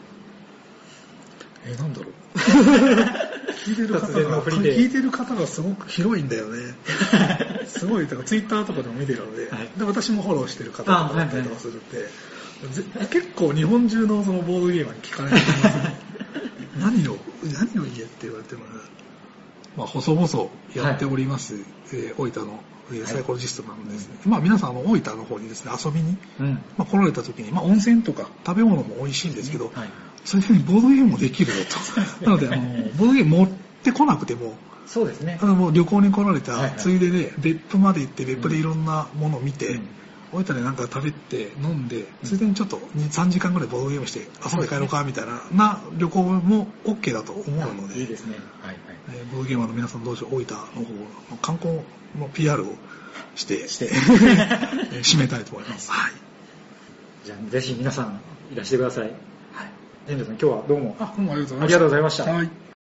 えー、なんだろう。聞いてる方が、聞いてる方がすごく広いんだよね。すごい、だからツイッターとかでも見てるので、はい、で私もフォローしてる方とかだったりとかするんで、はいはい、結構日本中のそのボードゲーマーに聞かれてますね。何を、何を言えって言われても、まあ、細々やっております、はい、えー、大分のサイコロジストなのですね、はい、まあ皆さんあの大分の方にですね遊びに、うん、まあ、来られた時に、まあ、温泉とか食べ物も美味しいんですけど、はい、そういうふうにボードゲームもできるよと。なのであのボードゲーム持ってこなくても、 そうですね。 あのもう旅行に来られたついでで別府まで行って別府でいろんなものを見て、うん、大分でなんか食べて飲んで、ついでにちょっとに、さんじかんぐらいボードゲームして遊んで帰ろうかみたいな、な旅行も OK だと思うので、 いいですね。はいはい。 えー、ボードゲーマーの皆さんどうしよう、大分の方の観光の ピーアール をしてして締めたいと思います。はい。 じゃあぜひ皆さんいらしてください。はい。店長さん今日はどうもあどうもありがとうございました。 ありがとうございました。 はい。